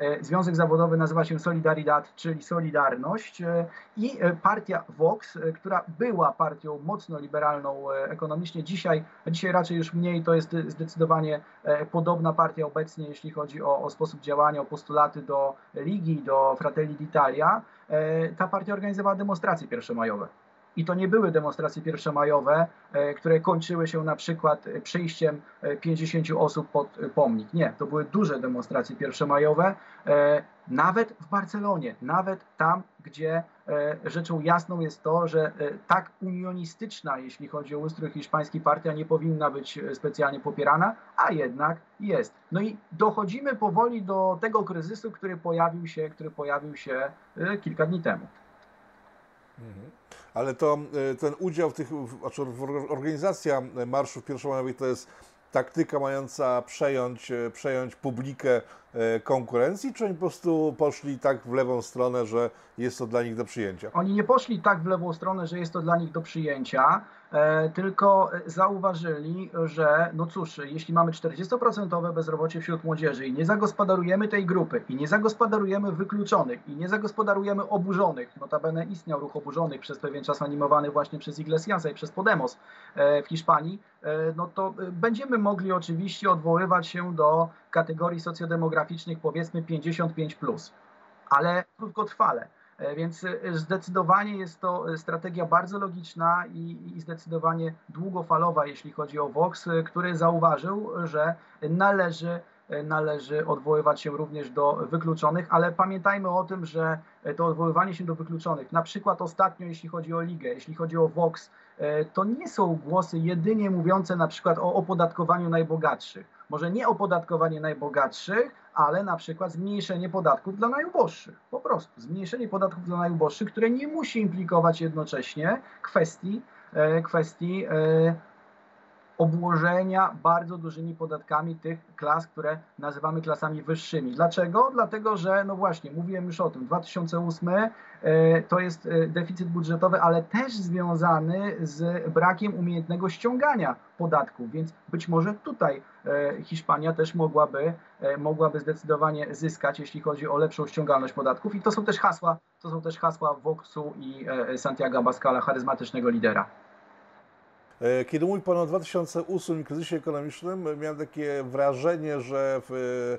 Związek zawodowy nazywa się Solidaridad, czyli Solidarność, i partia Vox, która była partią mocno liberalną ekonomicznie, dzisiaj, dzisiaj raczej już mniej, to jest zdecydowanie podobna partia obecnie, jeśli chodzi o, o sposób działania, o postulaty do Ligi, do Fratelli d'Italia. Ta partia organizowała demonstracje pierwszomajowe. I to nie były demonstracje pierwszomajowe, które kończyły się na przykład przyjściem pięćdziesięciu osób pod pomnik. Nie, to były duże demonstracje pierwszomajowe, nawet w Barcelonie, nawet tam, gdzie rzeczą jasną jest to, że tak unionistyczna, jeśli chodzi o ustrój hiszpański, partia nie powinna być specjalnie popierana, a jednak jest. No i dochodzimy powoli do tego kryzysu, który pojawił się, który pojawił się kilka dni temu. Mhm. Ale to ten udział w tych, znaczy organizacja marszów pierwszomajowych to jest taktyka mająca przejąć, przejąć publikę konkurencji, czy oni po prostu poszli tak w lewą stronę, że jest to dla nich do przyjęcia? Oni nie poszli tak w lewą stronę, że jest to dla nich do przyjęcia, e, tylko zauważyli, że no cóż, jeśli mamy czterdziestoprocentowe bezrobocie wśród młodzieży i nie zagospodarujemy tej grupy, i nie zagospodarujemy wykluczonych, i nie zagospodarujemy oburzonych, notabene istniał ruch oburzonych przez pewien czas animowany właśnie przez Iglesiasa i przez Podemos e, w Hiszpanii, e, no to będziemy mogli oczywiście odwoływać się do kategorii socjodemograficznych, powiedzmy pięćdziesiąt pięć plus, ale krótkotrwale. Więc zdecydowanie jest to strategia bardzo logiczna i, i zdecydowanie długofalowa, jeśli chodzi o Vox, który zauważył, że należy, należy odwoływać się również do wykluczonych, ale pamiętajmy o tym, że to odwoływanie się do wykluczonych, na przykład ostatnio, jeśli chodzi o Ligę, jeśli chodzi o Vox, to nie są głosy jedynie mówiące na przykład o opodatkowaniu najbogatszych. Może nie opodatkowanie najbogatszych, ale na przykład zmniejszenie podatków dla najuboższych. Po prostu zmniejszenie podatków dla najuboższych, które nie musi implikować jednocześnie kwestii, kwestii obłożenia bardzo dużymi podatkami tych klas, które nazywamy klasami wyższymi. Dlaczego? Dlatego, że no właśnie, mówiłem już o tym, dwa tysiące ósmy to jest deficyt budżetowy, ale też związany z brakiem umiejętnego ściągania podatków, więc być może tutaj Hiszpania też mogłaby, mogłaby zdecydowanie zyskać, jeśli chodzi o lepszą ściągalność podatków, i to są też hasła, to są też hasła Voxu i Santiago Abascala, charyzmatycznego lidera. Kiedy mówi Pan o dwa tysiące ósmym kryzysie ekonomicznym, miałem takie wrażenie, że w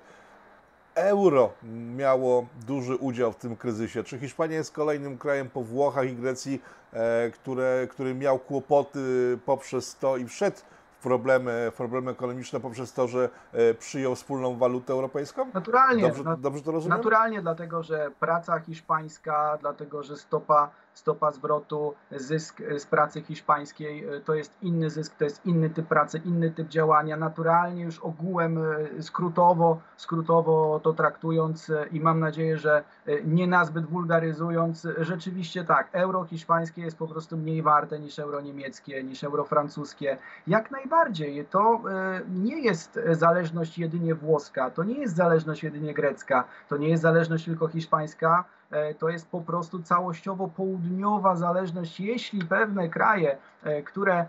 euro miało duży udział w tym kryzysie. Czy Hiszpania jest kolejnym krajem po Włochach i Grecji, które, który miał kłopoty poprzez to i wszedł w problemy, w problemy ekonomiczne poprzez to, że przyjął wspólną walutę europejską? Naturalnie. Dobrze, dobrze to rozumiem? Naturalnie, dlatego że praca hiszpańska, dlatego że stopa, stopa zwrotu, zysk z pracy hiszpańskiej to jest inny zysk, to jest inny typ pracy, inny typ działania. Naturalnie już ogółem, skrótowo, skrótowo to traktując i mam nadzieję, że nie nazbyt wulgaryzując, rzeczywiście tak, euro hiszpańskie jest po prostu mniej warte niż euro niemieckie, niż euro francuskie. Jak najbardziej. To nie jest zależność jedynie włoska, to nie jest zależność jedynie grecka, to nie jest zależność tylko hiszpańska, to jest po prostu całościowo południowa zależność, jeśli pewne kraje, które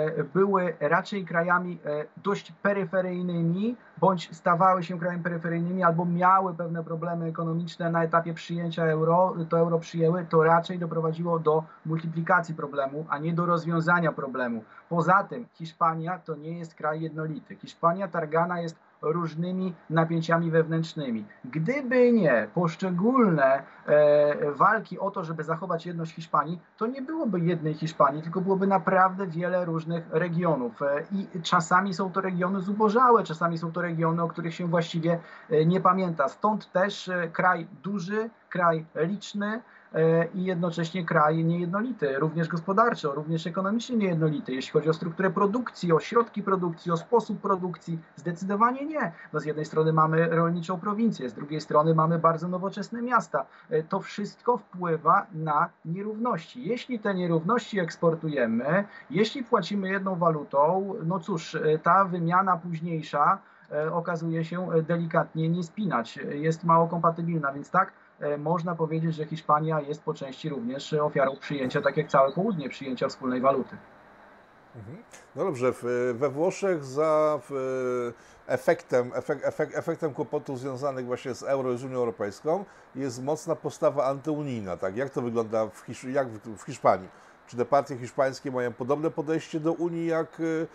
były raczej krajami dość peryferyjnymi, bądź stawały się krajami peryferyjnymi, albo miały pewne problemy ekonomiczne na etapie przyjęcia euro, to euro przyjęły, to raczej doprowadziło do multiplikacji problemu, a nie do rozwiązania problemu. Poza tym Hiszpania to nie jest kraj jednolity. Hiszpania targana jest różnymi napięciami wewnętrznymi. Gdyby nie poszczególne e, walki o to, żeby zachować jedność Hiszpanii, to nie byłoby jednej Hiszpanii, tylko byłoby naprawdę wiele różnych regionów. E, I czasami są to regiony zubożałe, czasami są to regiony, o których się właściwie e, nie pamięta. Stąd też e, kraj duży, kraj liczny, i jednocześnie kraj niejednolity, również gospodarczo, również ekonomicznie niejednolity. Jeśli chodzi o strukturę produkcji, o środki produkcji, o sposób produkcji, zdecydowanie nie. No z jednej strony mamy rolniczą prowincję, z drugiej strony mamy bardzo nowoczesne miasta. To wszystko wpływa na nierówności. Jeśli te nierówności eksportujemy, jeśli płacimy jedną walutą, no cóż, ta wymiana późniejsza okazuje się delikatnie nie spinać, jest mało kompatybilna, więc tak, można powiedzieć, że Hiszpania jest po części również ofiarą przyjęcia, tak jak całe południe, przyjęcia wspólnej waluty. Mhm. No dobrze, w, we Włoszech za w, efektem, efek, efek, efektem kłopotów związanych właśnie z euro i z Unią Europejską jest mocna postawa antyunijna. Tak? Jak to wygląda w, Hisz, jak w, w Hiszpanii? Czy te partie hiszpańskie mają podobne podejście do Unii jak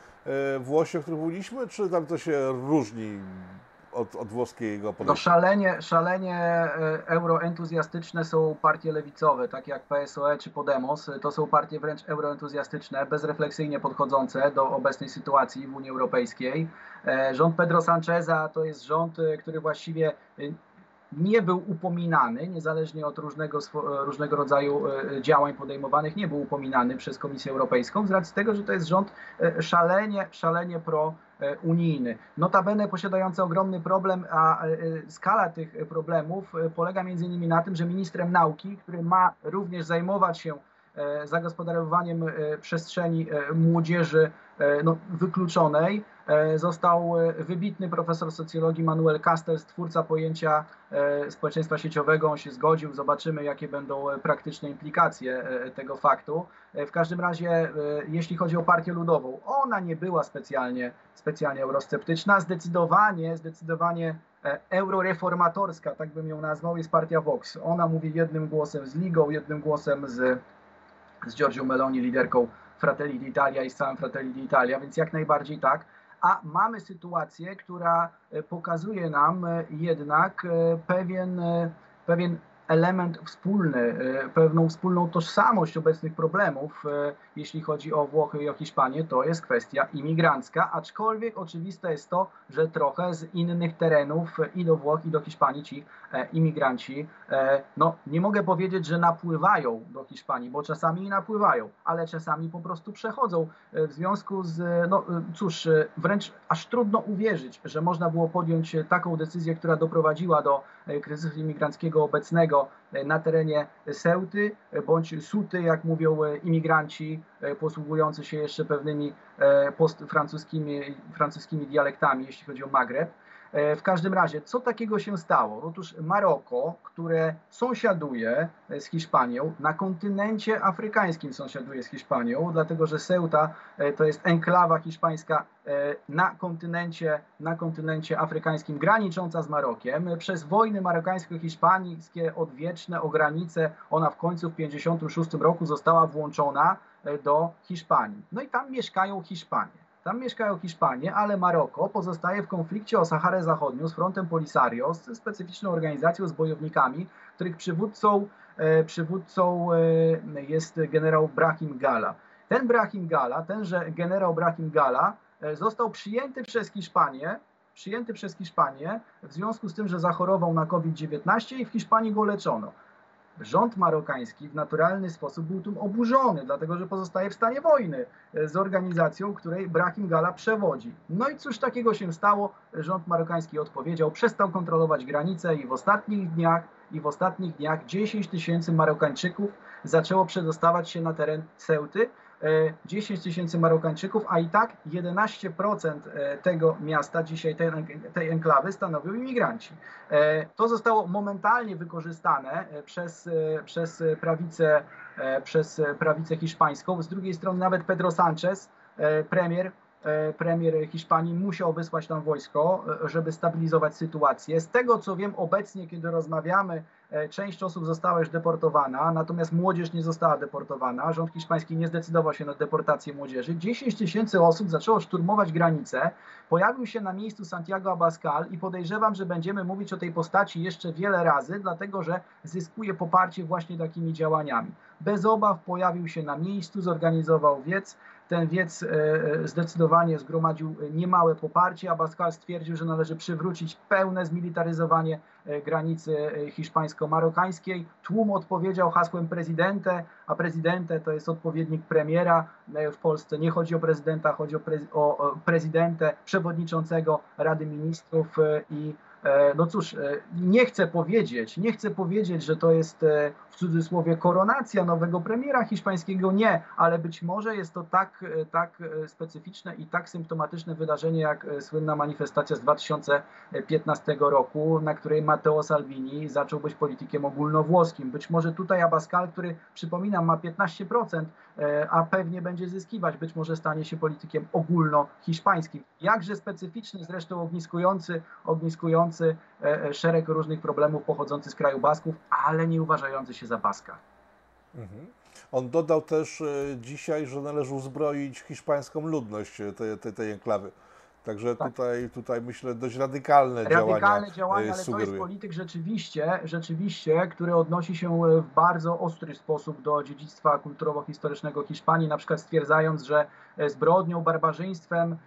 e, Włosi, o których mówiliśmy, czy tam to się różni od, od włoskiego No podejścia? szalenie, szalenie e, euroentuzjastyczne są partie lewicowe, takie jak P S O E czy Podemos. To są partie wręcz euroentuzjastyczne, bezrefleksyjnie podchodzące do obecnej sytuacji w Unii Europejskiej. E, Rząd Pedro Sancheza to jest rząd, e, który właściwie e, nie był upominany, niezależnie od różnego, swo- różnego rodzaju e, działań podejmowanych, nie był upominany przez Komisję Europejską z racji tego, że to jest rząd e, szalenie, szalenie pro-unijny. Notabene posiadający ogromny problem, a e, skala tych problemów e, polega między innymi na tym, że ministrem nauki, który ma również zajmować się e, zagospodarowywaniem e, przestrzeni e, młodzieży e, no, wykluczonej, e, został e, wybitny profesor socjologii Manuel Castells, twórca pojęcia e, społeczeństwa sieciowego. On się zgodził, zobaczymy jakie będą e, praktyczne implikacje e, tego faktu. E, W każdym razie, e, jeśli chodzi o Partię Ludową, ona nie była specjalnie, specjalnie eurosceptyczna. Zdecydowanie, zdecydowanie e, euroreformatorska, tak bym ją nazwał, jest partia Vox. Ona mówi jednym głosem z Ligą, jednym głosem z, z Giorgią Meloni, liderką Fratelli d'Italia i z całym Fratelli d'Italia, więc jak najbardziej tak. A mamy sytuację, która e, pokazuje nam e, jednak e, pewien, e, pewien element wspólny, e, pewną wspólną tożsamość obecnych problemów, e, jeśli chodzi o Włochy i o Hiszpanię, to jest kwestia imigrancka, aczkolwiek oczywiste jest to, że trochę z innych terenów e, i do Włoch, i do Hiszpanii ci e, imigranci, e, no nie mogę powiedzieć, że napływają do Hiszpanii, bo czasami i napływają, ale czasami po prostu przechodzą. E, W związku z, no e, cóż, e, wręcz aż trudno uwierzyć, że można było podjąć e, taką decyzję, która doprowadziła do e, kryzysu imigranckiego obecnego e, na terenie Ceuty, e, bądź Suty, jak mówią e, imigranci e, posługujący się jeszcze pewnymi e, post-francuskimi francuskimi dialektami, jeśli chodzi o Magreb. E, W każdym razie, co takiego się stało? Otóż Maroko, które sąsiaduje e, z Hiszpanią, na kontynencie afrykańskim sąsiaduje z Hiszpanią, dlatego że Ceuta e, to jest enklawa hiszpańska e, na kontynencie, na kontynencie afrykańskim, granicząca z Marokiem. Przez wojny marokańsko-hiszpańskie odwieczne o granice, ona w końcu w tysiąc dziewięćset pięćdziesiątym szóstym roku została włączona e, do Hiszpanii. No i tam mieszkają Hiszpanie. Tam mieszkają Hiszpanie, ale Maroko pozostaje w konflikcie o Saharę Zachodnią z Frontem Polisario, z specyficzną organizacją, z bojownikami, których przywódcą, e, przywódcą e, jest generał Brahim Gala. Ten Brahim Gala, tenże generał Brahim Gala e, został przyjęty przez Hiszpanię, przyjęty przez Hiszpanię w związku z tym, że zachorował na COVID dziewiętnaście i w Hiszpanii go leczono. Rząd marokański w naturalny sposób był tym oburzony, dlatego że pozostaje w stanie wojny z organizacją, której Brahim Gala przewodzi. No i cóż takiego się stało? Rząd marokański odpowiedział, przestał kontrolować granice i w ostatnich dniach i w ostatnich dniach dziesięć tysięcy Marokańczyków zaczęło przedostawać się na teren Ceuty. dziesięć tysięcy Marokańczyków, a i tak jedenaście procent tego miasta, dzisiaj tej, tej enklawy stanowią imigranci. To zostało momentalnie wykorzystane przez, przez, prawicę, przez prawicę hiszpańską. Z drugiej strony nawet Pedro Sánchez, premier, premier Hiszpanii, musiał wysłać tam wojsko, żeby stabilizować sytuację. Z tego co wiem obecnie, kiedy rozmawiamy, część osób została już deportowana, natomiast młodzież nie została deportowana. Rząd hiszpański nie zdecydował się na deportację młodzieży. dziesięć tysięcy osób zaczęło szturmować granicę. Pojawił się na miejscu Santiago Abascal i podejrzewam, że będziemy mówić o tej postaci jeszcze wiele razy, dlatego że zyskuje poparcie właśnie takimi działaniami. Bez obaw pojawił się na miejscu, zorganizował wiec. Ten wiec zdecydowanie zgromadził niemałe poparcie. Abascal stwierdził, że należy przywrócić pełne zmilitaryzowanie granicy hiszpańsko-marokańskiej. Tłum odpowiedział hasłem prezydente, a prezydente to jest odpowiednik premiera w Polsce. Nie chodzi o prezydenta, chodzi o, pre, o prezydentę, przewodniczącego Rady Ministrów i No cóż, nie chcę powiedzieć, nie chcę powiedzieć, że to jest w cudzysłowie koronacja nowego premiera hiszpańskiego, nie, ale być może jest to tak, tak specyficzne i tak symptomatyczne wydarzenie, jak słynna manifestacja z dwa tysiące piętnastego roku, na której Matteo Salvini zaczął być politykiem ogólnowłoskim. Być może tutaj Abascal, który, przypominam, ma piętnaście procent, a pewnie będzie zyskiwać, być może stanie się politykiem ogólnohiszpańskim. Jakże specyficzny, zresztą ogniskujący, ogniskujący szereg różnych problemów pochodzący z kraju Basków, ale nie uważający się za Baska. Mhm. On dodał też dzisiaj, że należy uzbroić hiszpańską ludność tej, tej, tej enklawy. Także tak. tutaj, tutaj myślę dość radykalne, radykalne działania, działania, ale sugeruje. to jest polityk rzeczywiście, rzeczywiście, który odnosi się w bardzo ostry sposób do dziedzictwa kulturowo-historycznego Hiszpanii, na przykład stwierdzając, że zbrodnią, barbarzyństwem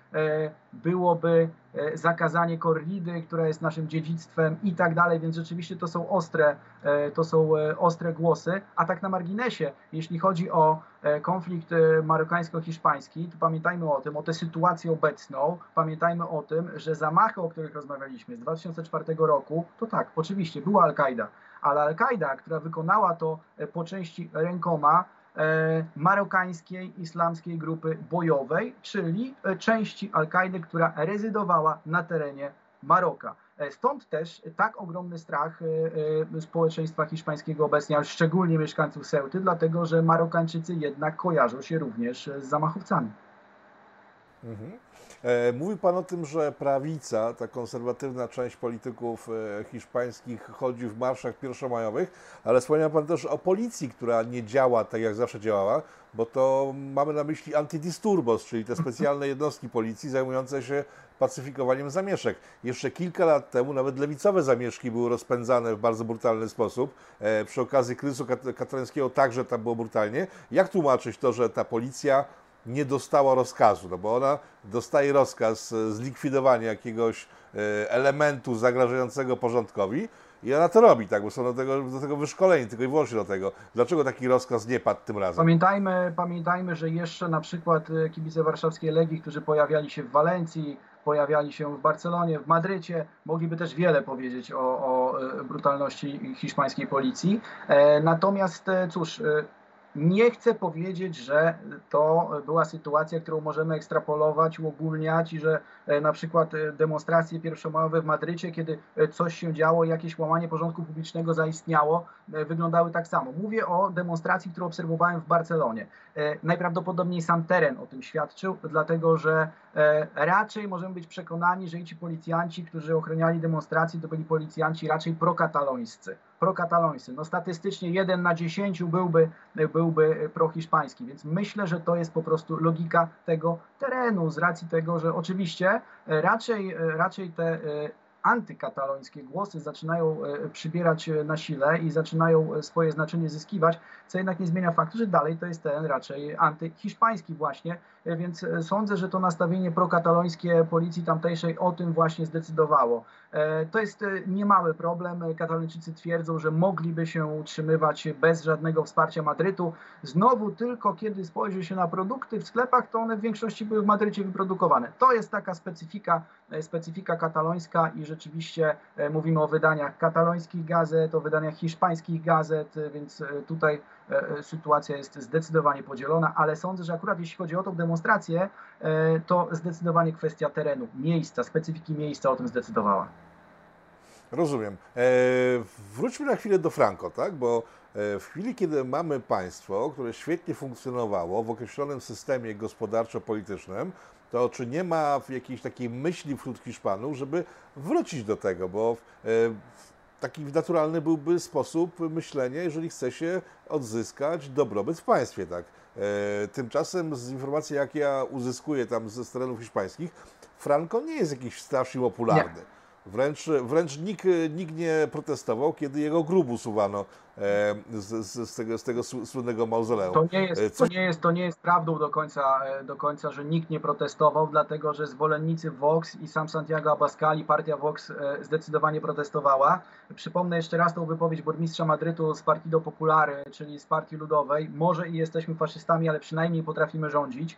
byłoby zakazanie korridy, która jest naszym dziedzictwem i tak dalej, więc rzeczywiście to są ostre, to są ostre głosy, a tak na marginesie, jeśli chodzi o konflikt marokańsko-hiszpański, to pamiętajmy o tym, o tę sytuację obecną, pamiętajmy o tym, że zamachy, o których rozmawialiśmy z dwa tysiące czwartego roku, to tak, oczywiście była Al-Kaida, ale Al-Kaida, która wykonała to po części rękoma marokańskiej islamskiej grupy bojowej, czyli części Al-Kaidy, która rezydowała na terenie Maroka. Stąd też tak ogromny strach społeczeństwa hiszpańskiego obecnie, a szczególnie mieszkańców Ceuty, dlatego że Marokańczycy jednak kojarzą się również z zamachowcami. Mhm. E, Mówił Pan o tym, że prawica, ta konserwatywna część polityków e, hiszpańskich chodzi w marszach pierwszomajowych, ale wspomniał Pan też o policji, która nie działa tak, jak zawsze działała, bo to mamy na myśli antidisturbos, czyli te specjalne jednostki policji zajmujące się pacyfikowaniem zamieszek. Jeszcze kilka lat temu nawet lewicowe zamieszki były rozpędzane w bardzo brutalny sposób. E, przy okazji kryzysu kat- katalońskiego także tam było brutalnie. Jak tłumaczyć to, że ta policja nie dostała rozkazu, no bo ona dostaje rozkaz zlikwidowania jakiegoś elementu zagrażającego porządkowi i ona to robi, tak, bo są do tego, do tego wyszkoleni, tylko i wyłącznie do tego. Dlaczego taki rozkaz nie padł tym razem? Pamiętajmy, pamiętajmy, że jeszcze na przykład kibice warszawskiej Legii, którzy pojawiali się w Walencji, pojawiali się w Barcelonie, w Madrycie, mogliby też wiele powiedzieć o, o brutalności hiszpańskiej policji. Natomiast cóż, nie chcę powiedzieć, że to była sytuacja, którą możemy ekstrapolować, uogólniać i że na przykład demonstracje pierwszomajowe w Madrycie, kiedy coś się działo, jakieś łamanie porządku publicznego zaistniało, wyglądały tak samo. Mówię o demonstracji, którą obserwowałem w Barcelonie. Najprawdopodobniej sam teren o tym świadczył, dlatego że raczej możemy być przekonani, że ci policjanci, którzy ochroniali demonstracje, to byli policjanci raczej prokatalońscy. prokatalońscy. No statystycznie jeden na dziesięciu byłby, byłby prohiszpański, więc myślę, że to jest po prostu logika tego terenu, z racji tego, że oczywiście raczej, raczej te antykatalońskie głosy zaczynają przybierać na sile i zaczynają swoje znaczenie zyskiwać, co jednak nie zmienia faktu, że dalej to jest teren raczej antyhiszpański właśnie, więc sądzę, że to nastawienie prokatalońskie policji tamtejszej o tym właśnie zdecydowało. To jest niemały problem. Katalończycy twierdzą, że mogliby się utrzymywać bez żadnego wsparcia Madrytu. Znowu tylko kiedy spojrzy się na produkty w sklepach, to one w większości były w Madrycie wyprodukowane. To jest taka specyfika, specyfika katalońska i rzeczywiście mówimy o wydaniach katalońskich gazet, o wydaniach hiszpańskich gazet, więc tutaj sytuacja jest zdecydowanie podzielona, ale sądzę, że akurat jeśli chodzi o tą demonstrację, to zdecydowanie kwestia terenu, miejsca, specyfiki miejsca o tym zdecydowała. Rozumiem. E, wróćmy na chwilę do Franco, tak? Bo w chwili, kiedy mamy państwo, które świetnie funkcjonowało w określonym systemie gospodarczo-politycznym, to czy nie ma jakiejś takiej myśli wśród Hiszpanów, żeby wrócić do tego, bo e, taki naturalny byłby sposób myślenia, jeżeli chce się odzyskać dobrobyt w państwie, tak? E, tymczasem z informacji, jakie ja uzyskuję tam z terenów hiszpańskich, Franco nie jest jakiś strasznie popularny. Nie. Wręcz, wręcz nikt, nikt nie protestował, kiedy jego grób usuwano z, z, z, tego, z tego słynnego mauzoleum. To nie jest, to Coś... nie jest, to nie jest prawdą do końca, do końca, że nikt nie protestował, dlatego że zwolennicy Vox i sam Santiago Abascal i partia Vox zdecydowanie protestowała. Przypomnę jeszcze raz tą wypowiedź burmistrza Madrytu z Partido Populary, czyli z Partii Ludowej. Może i jesteśmy faszystami, ale przynajmniej potrafimy rządzić.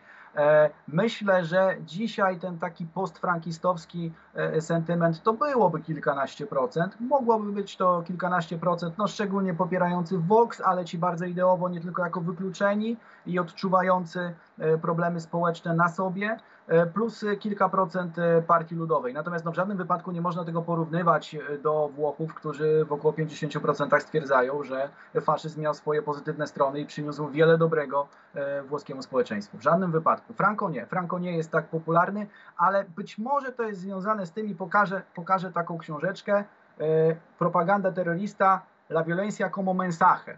Myślę, że dzisiaj ten taki postfrankistowski sentyment to byłoby kilkanaście procent. Mogłoby być to kilkanaście procent, no szczególnie popierający Vox, ale ci bardzo ideowo, nie tylko jako wykluczeni i odczuwający problemy społeczne na sobie, plus kilka procent Partii Ludowej. Natomiast no, w żadnym wypadku nie można tego porównywać do Włochów, którzy w około pięćdziesięciu procentach stwierdzają, że faszyzm miał swoje pozytywne strony i przyniósł wiele dobrego włoskiemu społeczeństwu. W żadnym wypadku. Franco nie. Franco nie jest tak popularny, ale być może to jest związane z tym i pokażę, pokażę taką książeczkę. Propaganda terrorista, La violencia como mensaje.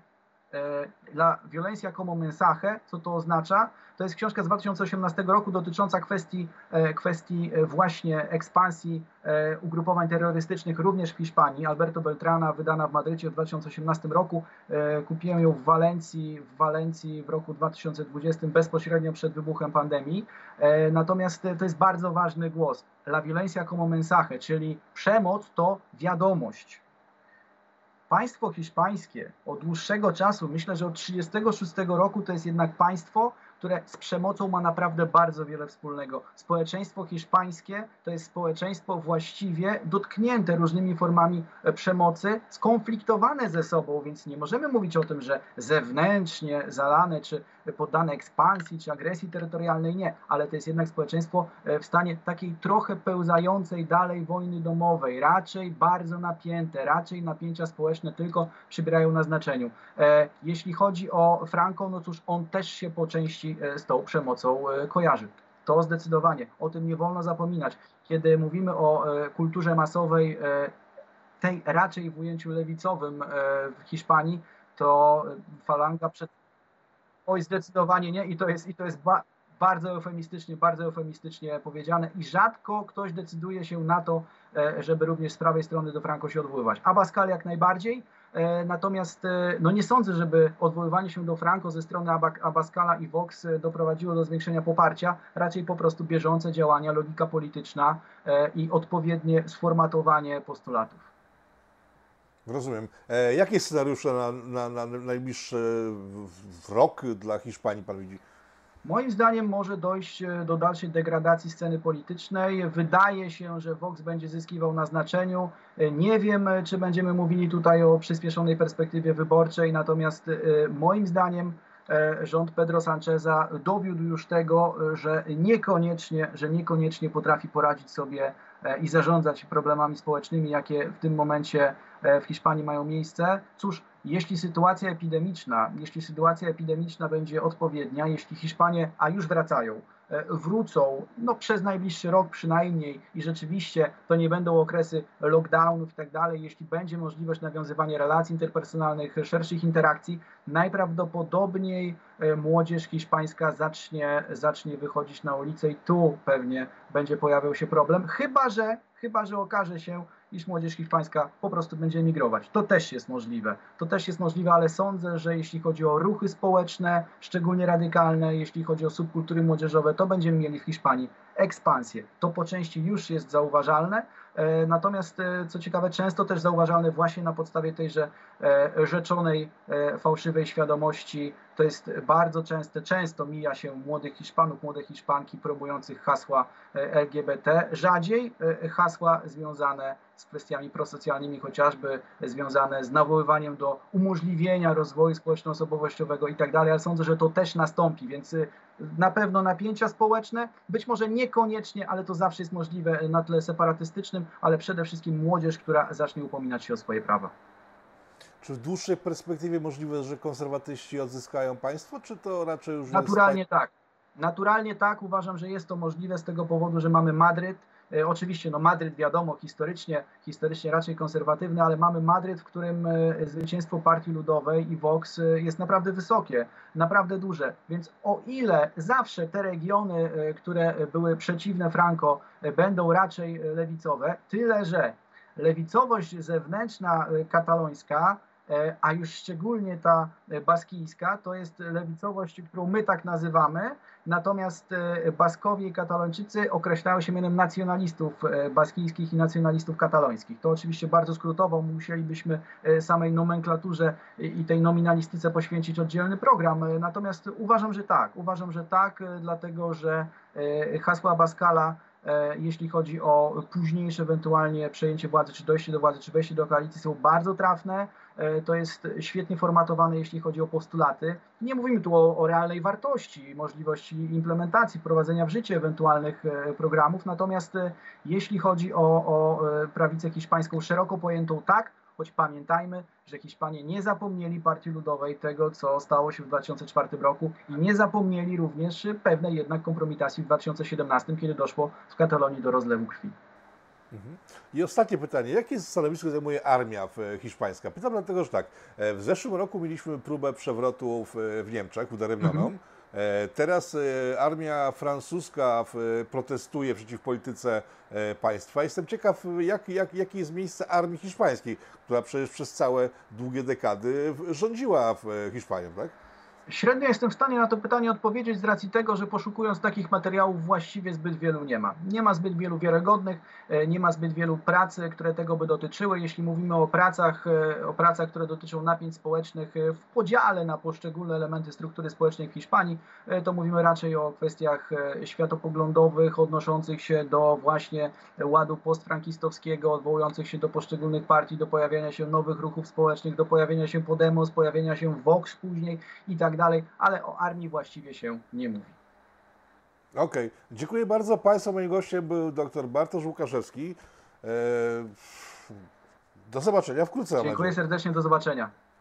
La violencia como mensaje, co to oznacza? To jest książka z dwa tysiące osiemnastego roku dotycząca kwestii, kwestii właśnie ekspansji ugrupowań terrorystycznych również w Hiszpanii. Alberto Beltrana, wydana w Madrycie w dwa tysiące osiemnastym roku. Kupiłem ją w Walencji, w Walencji w roku dwa tysiące dwudziestym, bezpośrednio przed wybuchem pandemii. Natomiast to jest bardzo ważny głos. La violencia como mensaje, czyli przemoc to wiadomość. Państwo hiszpańskie od dłuższego czasu, myślę, że od tysiąc dziewięćset trzydziestego szóstego roku, to jest jednak państwo, które z przemocą ma naprawdę bardzo wiele wspólnego. Społeczeństwo hiszpańskie to jest społeczeństwo właściwie dotknięte różnymi formami przemocy, skonfliktowane ze sobą, więc nie możemy mówić o tym, że zewnętrznie zalane, czy poddane ekspansji, czy agresji terytorialnej, nie, ale to jest jednak społeczeństwo w stanie takiej trochę pełzającej dalej wojny domowej, raczej bardzo napięte, raczej napięcia społeczne tylko przybierają na znaczeniu. Jeśli chodzi o Franco, no cóż, on też się po części z tą przemocą kojarzy. To zdecydowanie. O tym nie wolno zapominać. Kiedy mówimy o kulturze masowej, tej raczej w ujęciu lewicowym w Hiszpanii, to falanga przed... Oj, zdecydowanie nie. I to jest, i to jest ba bardzo eufemistycznie, bardzo eufemistycznie powiedziane i rzadko ktoś decyduje się na to, żeby również z prawej strony do Franco się odwoływać. Abascal jak najbardziej, natomiast no nie sądzę, żeby odwoływanie się do Franco ze strony Abascala i Vox doprowadziło do zwiększenia poparcia, raczej po prostu bieżące działania, logika polityczna i odpowiednie sformatowanie postulatów. Rozumiem. E, jakie scenariusze na, na, na najbliższy rok dla Hiszpanii pan widzi? Moim zdaniem może dojść do dalszej degradacji sceny politycznej. Wydaje się, że Vox będzie zyskiwał na znaczeniu. Nie wiem, czy będziemy mówili tutaj o przyspieszonej perspektywie wyborczej, natomiast moim zdaniem rząd Pedro Sancheza dowiódł już tego, że niekoniecznie, że niekoniecznie potrafi poradzić sobie i zarządzać problemami społecznymi, jakie w tym momencie w Hiszpanii mają miejsce. Cóż, jeśli sytuacja epidemiczna, jeśli sytuacja epidemiczna będzie odpowiednia, jeśli Hiszpanie, a już wracają, wrócą no, przez najbliższy rok przynajmniej i rzeczywiście to nie będą okresy lockdownów i tak dalej, jeśli będzie możliwość nawiązywania relacji interpersonalnych, szerszych interakcji, najprawdopodobniej młodzież hiszpańska zacznie, zacznie wychodzić na ulicę i tu pewnie będzie pojawiał się problem, chyba że, chyba że okaże się, iż młodzież hiszpańska po prostu będzie emigrować. To też jest możliwe. To też jest możliwe, ale sądzę, że jeśli chodzi o ruchy społeczne, szczególnie radykalne, jeśli chodzi o subkultury młodzieżowe, to będziemy mieli w Hiszpanii ekspansję. To po części już jest zauważalne, natomiast co ciekawe, często też zauważalne właśnie na podstawie tejże rzeczonej fałszywej świadomości. To jest bardzo częste, często mija się młodych Hiszpanów, młode Hiszpanki promujących hasła L G B T, rzadziej hasła związane z kwestiami prosocjalnymi, chociażby związane z nawoływaniem do umożliwienia rozwoju społeczno-osobowościowego i tak dalej, ale sądzę, że to też nastąpi, więc na pewno napięcia społeczne, być może niekoniecznie, ale to zawsze jest możliwe na tle separatystycznym, ale przede wszystkim młodzież, która zacznie upominać się o swoje prawa. Czy w dłuższej perspektywie możliwe, że konserwatyści odzyskają państwo, czy to raczej już Naturalnie jest... tak. Naturalnie tak. Uważam, że jest to możliwe z tego powodu, że mamy Madryt. E, oczywiście no Madryt wiadomo historycznie, historycznie raczej konserwatywny, ale mamy Madryt, w którym e, zwycięstwo Partii Ludowej i Vox e, jest naprawdę wysokie, naprawdę duże. Więc o ile zawsze te regiony, e, które były przeciwne Franco, e, będą raczej lewicowe, tyle że lewicowość zewnętrzna e, katalońska a już szczególnie ta baskijska, to jest lewicowość, którą my tak nazywamy, natomiast Baskowie i Katalończycy określają się mianem nacjonalistów baskijskich i nacjonalistów katalońskich. To oczywiście bardzo skrótowo, musielibyśmy samej nomenklaturze i tej nominalistyce poświęcić oddzielny program, natomiast uważam, że tak, uważam, że tak, dlatego że hasła Abascala, jeśli chodzi o późniejsze ewentualnie przejęcie władzy, czy dojście do władzy, czy wejście do koalicji, są bardzo trafne. To jest świetnie formatowane, jeśli chodzi o postulaty. Nie mówimy tu o, o realnej wartości, możliwości implementacji, wprowadzenia w życie ewentualnych programów, natomiast jeśli chodzi o, o prawicę hiszpańską szeroko pojętą, tak, choć pamiętajmy, że Hiszpanie nie zapomnieli Partii Ludowej tego, co stało się w dwa tysiące czwartym roku i nie zapomnieli również pewnej jednak kompromitacji w dwa tysiące siedemnastym, kiedy doszło w Katalonii do rozlewu krwi. I ostatnie pytanie. Jakie stanowisko zajmuje armia hiszpańska? Pytam dlatego, że tak, w zeszłym roku mieliśmy próbę przewrotu w, w Niemczech, udaremnioną. Mhm. Teraz armia francuska protestuje przeciw polityce państwa. Jestem ciekaw, jak, jak, jakie jest miejsce armii hiszpańskiej, która przecież przez całe długie dekady rządziła Hiszpanią, tak? Średnio jestem w stanie na to pytanie odpowiedzieć z racji tego, że poszukując takich materiałów właściwie zbyt wielu nie ma. Nie ma zbyt wielu wiarygodnych, nie ma zbyt wielu prac, które tego by dotyczyły. Jeśli mówimy o pracach, o pracach, które dotyczą napięć społecznych w podziale na poszczególne elementy struktury społecznej w Hiszpanii, to mówimy raczej o kwestiach światopoglądowych odnoszących się do właśnie ładu postfrankistowskiego, odwołujących się do poszczególnych partii, do pojawiania się nowych ruchów społecznych, do pojawienia się Podemos, pojawienia się Vox później i tak dalej, ale o armii właściwie się nie mówi. Okej, okay. Dziękuję bardzo. Państwa moim gościem był dr Bartosz Łukaszewski. Do zobaczenia wkrótce. Dziękuję serdecznie, do zobaczenia.